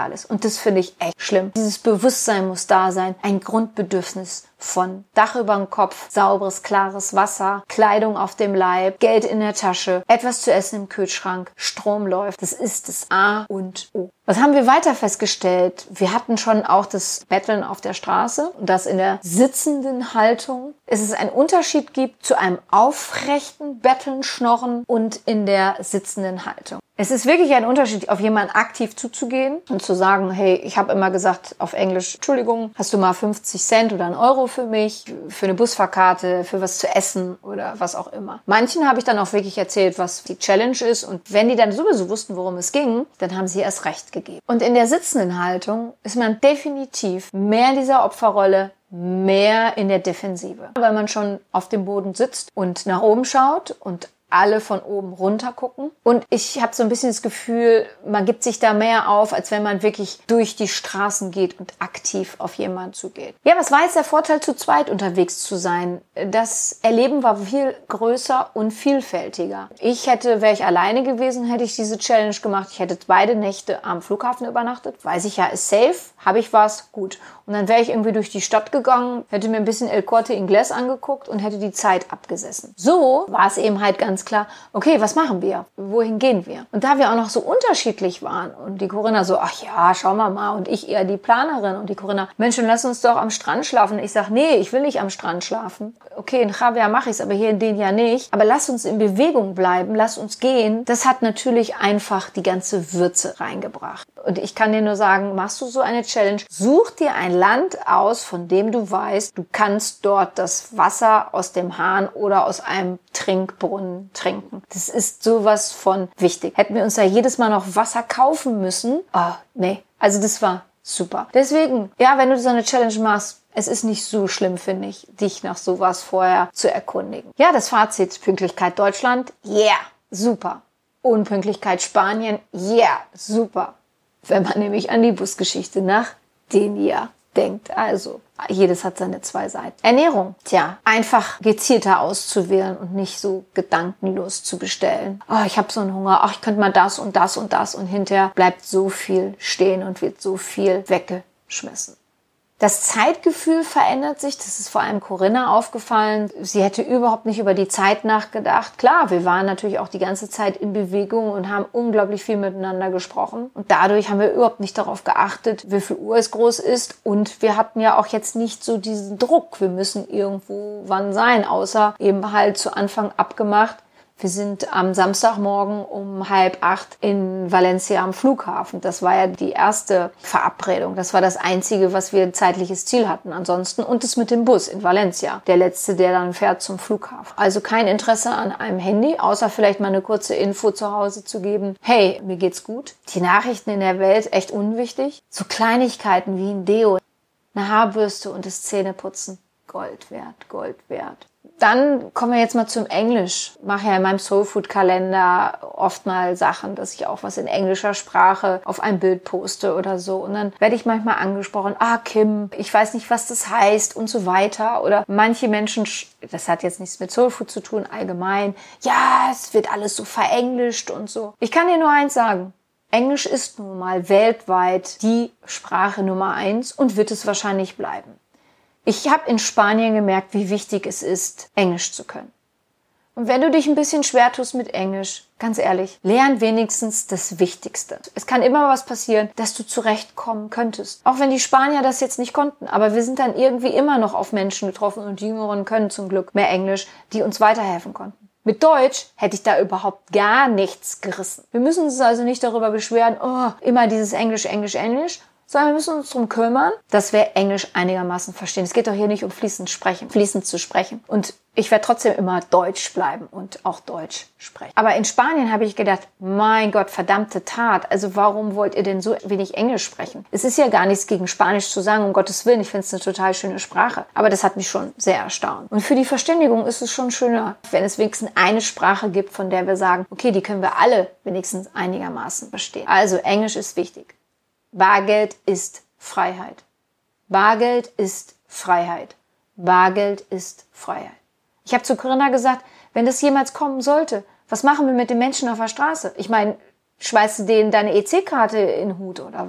Potenzial ist. Und das finde ich echt schlimm. Dieses Bewusstsein muss da sein. Ein Grundbedürfnis von Dach über dem Kopf, sauberes, klares Wasser, Kleidung auf dem Leib, Geld in der Tasche, etwas zu essen im Kühlschrank, Strom läuft. Das ist das A und O. Was haben wir weiter festgestellt? Wir hatten schon auch das Betteln auf der Straße und das in der sitzenden Haltung. Es einen Unterschied gibt zu einem aufrechten Betteln, Schnorren und in der sitzenden Haltung. Es ist wirklich ein Unterschied, auf jemanden aktiv zuzugehen und zu sagen, hey, ich habe immer gesagt auf Englisch, Entschuldigung, hast du mal 50 Cent oder 1 Euro für mich, für eine Busfahrkarte, für was zu essen oder was auch immer. Manchen habe ich dann auch wirklich erzählt, was die Challenge ist und wenn die dann sowieso wussten, worum es ging, dann haben sie erst recht gegeben. Und in der sitzenden Haltung ist man definitiv mehr in dieser Opferrolle, mehr in der Defensive, weil man schon auf dem Boden sitzt und nach oben schaut und alle von oben runter gucken. Und ich habe so ein bisschen das Gefühl, man gibt sich da mehr auf, als wenn man wirklich durch die Straßen geht und aktiv auf jemanden zugeht. Ja, was war jetzt der Vorteil, zu zweit unterwegs zu sein? Das Erleben war viel größer und vielfältiger. Wäre ich alleine gewesen, hätte ich diese Challenge gemacht. Ich hätte beide Nächte am Flughafen übernachtet. Weiß ich ja, ist safe. Habe ich was? Gut. Und dann wäre ich irgendwie durch die Stadt gegangen, hätte mir ein bisschen El Corte Inglés angeguckt und hätte die Zeit abgesessen. So war es eben halt ganz klar, okay, was machen wir? Wohin gehen wir? Und da wir auch noch so unterschiedlich waren und die Corinna so, ach ja, schauen wir mal und ich eher die Planerin und die Corinna, Mensch, lass uns doch am Strand schlafen. Und ich sag, nee, ich will nicht am Strand schlafen. Okay, in Javier mache ich es, aber hier in den ja nicht. Aber lass uns in Bewegung bleiben, lass uns gehen. Das hat natürlich einfach die ganze Würze reingebracht. Und ich kann dir nur sagen, machst du so eine Challenge, such dir ein Land aus, von dem du weißt, du kannst dort das Wasser aus dem Hahn oder aus einem Trinkbrunnen trinken. Das ist sowas von wichtig. Hätten wir uns da jedes Mal noch Wasser kaufen müssen? Oh, nee. Also das war super. Deswegen, ja, wenn du so eine Challenge machst, es ist nicht so schlimm, finde ich, dich nach sowas vorher zu erkundigen. Ja, das Fazit, Pünktlichkeit Deutschland, yeah, super. Unpünktlichkeit Spanien, yeah, super. Wenn man nämlich an die Busgeschichte nach Denia denkt. Also, jedes hat seine 2 Seiten. Ernährung, einfach gezielter auszuwählen und nicht so gedankenlos zu bestellen. Oh, ich habe so einen Hunger, ach, ich könnte mal das und das und das und hinterher bleibt so viel stehen und wird so viel weggeschmissen. Das Zeitgefühl verändert sich, das ist vor allem Corinna aufgefallen. Sie hätte überhaupt nicht über die Zeit nachgedacht. Klar, wir waren natürlich auch die ganze Zeit in Bewegung und haben unglaublich viel miteinander gesprochen. Und dadurch haben wir überhaupt nicht darauf geachtet, wie viel Uhr es groß ist. Und wir hatten ja auch jetzt nicht so diesen Druck, wir müssen irgendwo wann sein, außer eben halt zu Anfang abgemacht. Wir sind am Samstagmorgen um 7:30 in Valencia am Flughafen. Das war ja die erste Verabredung. Das war das Einzige, was wir ein zeitliches Ziel hatten. Ansonsten und es mit dem Bus in Valencia. Der letzte, der dann fährt zum Flughafen. Also kein Interesse an einem Handy, außer vielleicht mal eine kurze Info zu Hause zu geben. Hey, mir geht's gut. Die Nachrichten in der Welt, echt unwichtig. So Kleinigkeiten wie ein Deo, eine Haarbürste und das Zähneputzen. Gold wert, Gold wert. Dann kommen wir jetzt mal zum Englisch. Ich mache ja in meinem Soulfood-Kalender oft mal Sachen, dass ich auch was in englischer Sprache auf ein Bild poste oder so. Und dann werde ich manchmal angesprochen, Kim, ich weiß nicht, was das heißt und so weiter. Oder manche Menschen, das hat jetzt nichts mit Soulfood zu tun, allgemein, ja, es wird alles so verenglischt und so. Ich kann dir nur eins sagen. Englisch ist nun mal weltweit die Sprache Nummer 1 und wird es wahrscheinlich bleiben. Ich habe in Spanien gemerkt, wie wichtig es ist, Englisch zu können. Und wenn du dich ein bisschen schwer tust mit Englisch, ganz ehrlich, lern wenigstens das Wichtigste. Es kann immer was passieren, dass du zurechtkommen könntest. Auch wenn die Spanier das jetzt nicht konnten. Aber wir sind dann irgendwie immer noch auf Menschen getroffen und die Jüngeren können zum Glück mehr Englisch, die uns weiterhelfen konnten. Mit Deutsch hätte ich da überhaupt gar nichts gerissen. Wir müssen uns also nicht darüber beschweren, immer dieses Englisch, Englisch, Englisch, sondern wir müssen uns darum kümmern, dass wir Englisch einigermaßen verstehen. Es geht doch hier nicht um fließend zu sprechen. Und ich werde trotzdem immer Deutsch bleiben und auch Deutsch sprechen. Aber in Spanien habe ich gedacht, mein Gott, verdammte Tat. Also warum wollt ihr denn so wenig Englisch sprechen? Es ist ja gar nichts gegen Spanisch zu sagen, um Gottes Willen. Ich finde es eine total schöne Sprache. Aber das hat mich schon sehr erstaunt. Und für die Verständigung ist es schon schöner, wenn es wenigstens eine Sprache gibt, von der wir sagen, okay, die können wir alle wenigstens einigermaßen verstehen. Also Englisch ist wichtig. Bargeld ist Freiheit. Bargeld ist Freiheit. Bargeld ist Freiheit. Ich habe zu Corinna gesagt, wenn das jemals kommen sollte, was machen wir mit den Menschen auf der Straße? Ich meine, schmeißt du denen deine EC-Karte in den Hut oder was?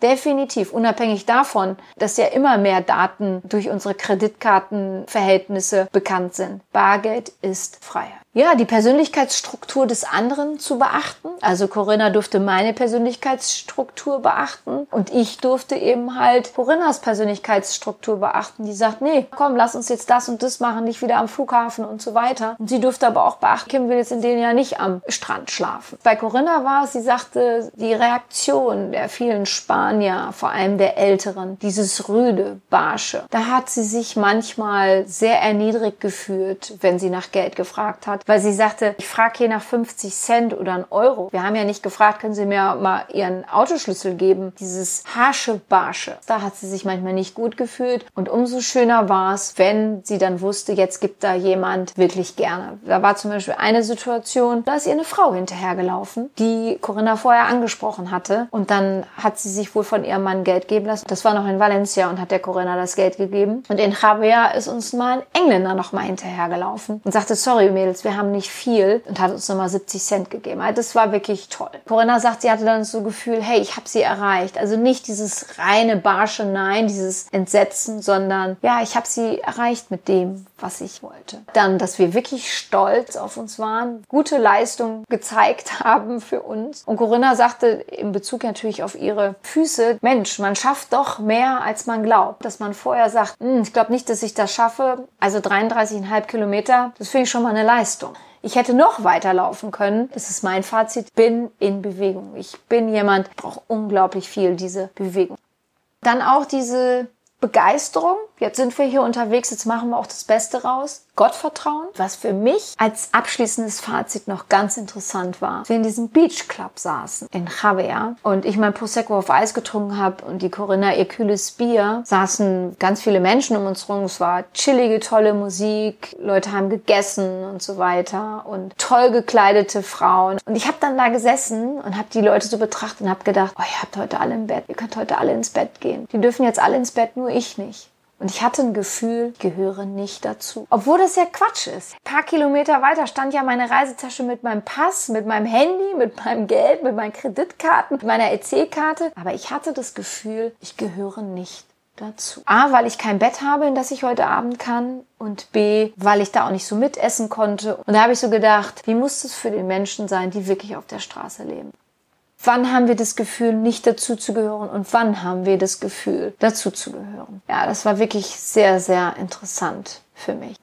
Definitiv, unabhängig davon, dass ja immer mehr Daten durch unsere Kreditkartenverhältnisse bekannt sind. Bargeld ist Freiheit. Ja, die Persönlichkeitsstruktur des anderen zu beachten. Also Corinna durfte meine Persönlichkeitsstruktur beachten und ich durfte eben halt Corinnas Persönlichkeitsstruktur beachten, die sagt, nee, komm, lass uns jetzt das und das machen, nicht wieder am Flughafen und so weiter. Und sie durfte aber auch beachten, Kim will jetzt in denen ja nicht am Strand schlafen. Bei Corinna war es, sie sagte, die Reaktion der vielen Spanier, vor allem der Älteren, dieses rüde, barsche, da hat sie sich manchmal sehr erniedrigt gefühlt, wenn sie nach Geld gefragt hat. Weil sie sagte, ich frage hier nach 50 Cent oder einen Euro. Wir haben ja nicht gefragt, können Sie mir mal Ihren Autoschlüssel geben? Dieses harsche Barsche. Da hat sie sich manchmal nicht gut gefühlt. Und umso schöner war es, wenn sie dann wusste, jetzt gibt da jemand wirklich gerne. Da war zum Beispiel eine Situation, da ist ihr eine Frau hinterhergelaufen, die Corinna vorher angesprochen hatte. Und dann hat sie sich wohl von ihrem Mann Geld geben lassen. Das war noch in Valencia und hat der Corinna das Geld gegeben. Und in Javier ist uns mal ein Engländer noch mal hinterhergelaufen und sagte, sorry Mädels, wir haben nicht viel, und hat uns nochmal 70 Cent gegeben. Das war wirklich toll. Corinna sagt, sie hatte dann so ein Gefühl, hey, ich habe sie erreicht. Also nicht dieses reine barsche Nein, dieses Entsetzen, sondern ja, ich habe sie erreicht mit dem, was ich wollte. Dann, dass wir wirklich stolz auf uns waren, gute Leistung gezeigt haben für uns. Und Corinna sagte in Bezug natürlich auf ihre Füße, Mensch, man schafft doch mehr, als man glaubt. Dass man vorher sagt, ich glaube nicht, dass ich das schaffe. Also 33,5 Kilometer, das finde ich schon mal eine Leistung. Ich hätte noch weiterlaufen können. Das ist mein Fazit. Bin in Bewegung. Ich bin jemand, brauche unglaublich viel diese Bewegung. Dann auch diese Begeisterung. Jetzt sind wir hier unterwegs, jetzt machen wir auch das Beste raus. Gottvertrauen, was für mich als abschließendes Fazit noch ganz interessant war. Wir in diesem Beach Club saßen in Javier und ich mein Prosecco auf Eis getrunken habe und die Corinna ihr kühles Bier, saßen ganz viele Menschen um uns rum. Es war chillige, tolle Musik, Leute haben gegessen und so weiter und toll gekleidete Frauen. Und ich habe dann da gesessen und habe die Leute so betrachtet und habe gedacht, oh, ihr habt heute alle im Bett, ihr könnt heute alle ins Bett gehen. Die dürfen jetzt alle ins Bett, nur ich nicht. Und ich hatte ein Gefühl, ich gehöre nicht dazu. Obwohl das ja Quatsch ist. Ein paar Kilometer weiter stand ja meine Reisetasche mit meinem Pass, mit meinem Handy, mit meinem Geld, mit meinen Kreditkarten, mit meiner EC-Karte. Aber ich hatte das Gefühl, ich gehöre nicht dazu. A, weil ich kein Bett habe, in das ich heute Abend kann. Und B, weil ich da auch nicht so mitessen konnte. Und da habe ich so gedacht, wie muss das für die Menschen sein, die wirklich auf der Straße leben? Wann haben wir das Gefühl, nicht dazu zu gehören und wann haben wir das Gefühl, dazu zu gehören? Ja, das war wirklich sehr, sehr interessant für mich.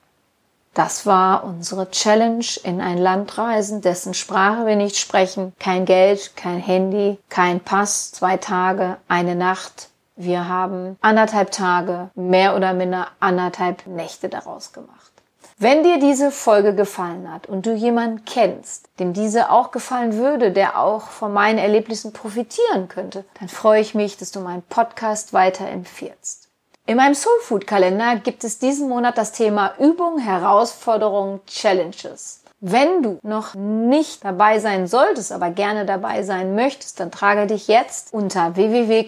Das war unsere Challenge, in ein Land reisen, dessen Sprache wir nicht sprechen. Kein Geld, kein Handy, kein Pass, 2 Tage, eine Nacht. Wir haben 1,5 Tage, mehr oder minder 1,5 Nächte daraus gemacht. Wenn dir diese Folge gefallen hat und du jemanden kennst, dem diese auch gefallen würde, der auch von meinen Erlebnissen profitieren könnte, dann freue ich mich, dass du meinen Podcast weiterempfiehlst. In meinem Soulfood-Kalender gibt es diesen Monat das Thema Übung, Herausforderungen, Challenges. Wenn du noch nicht dabei sein solltest, aber gerne dabei sein möchtest, dann trage dich jetzt unter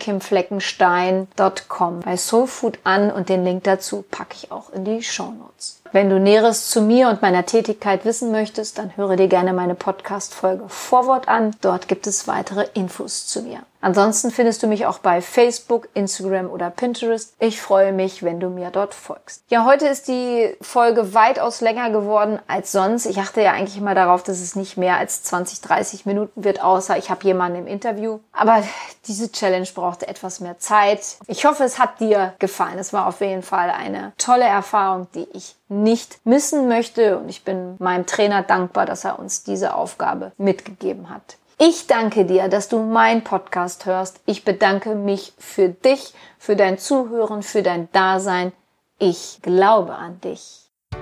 www.kimfleckenstein.com bei Soulfood an und den Link dazu packe ich auch in die Shownotes. Wenn du Näheres zu mir und meiner Tätigkeit wissen möchtest, dann höre dir gerne meine Podcast-Folge Vorwort an. Dort gibt es weitere Infos zu mir. Ansonsten findest du mich auch bei Facebook, Instagram oder Pinterest. Ich freue mich, wenn du mir dort folgst. Ja, heute ist die Folge weitaus länger geworden als sonst. Ich achte ja eigentlich immer darauf, dass es nicht mehr als 20, 30 Minuten wird, außer ich habe jemanden im Interview. Aber diese Challenge brauchte etwas mehr Zeit. Ich hoffe, es hat dir gefallen. Es war auf jeden Fall eine tolle Erfahrung, die ich nicht missen möchte. Und ich bin meinem Trainer dankbar, dass er uns diese Aufgabe mitgegeben hat. Ich danke dir, dass du meinen Podcast hörst. Ich bedanke mich für dich, für dein Zuhören, für dein Dasein. Ich glaube an dich.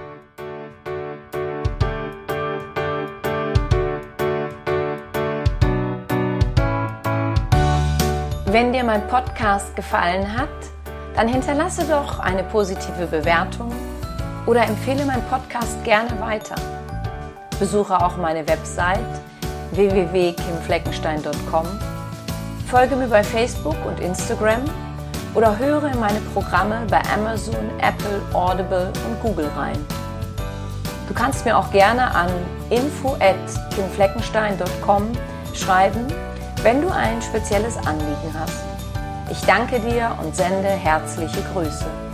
Wenn dir mein Podcast gefallen hat, dann hinterlasse doch eine positive Bewertung oder empfehle meinen Podcast gerne weiter. Besuche auch meine Website www.kimfleckenstein.com, folge mir bei Facebook und Instagram oder höre in meine Programme bei Amazon, Apple, Audible und Google rein. Du kannst mir auch gerne an info@kimfleckenstein.com schreiben, wenn du ein spezielles Anliegen hast. Ich danke dir und sende herzliche Grüße.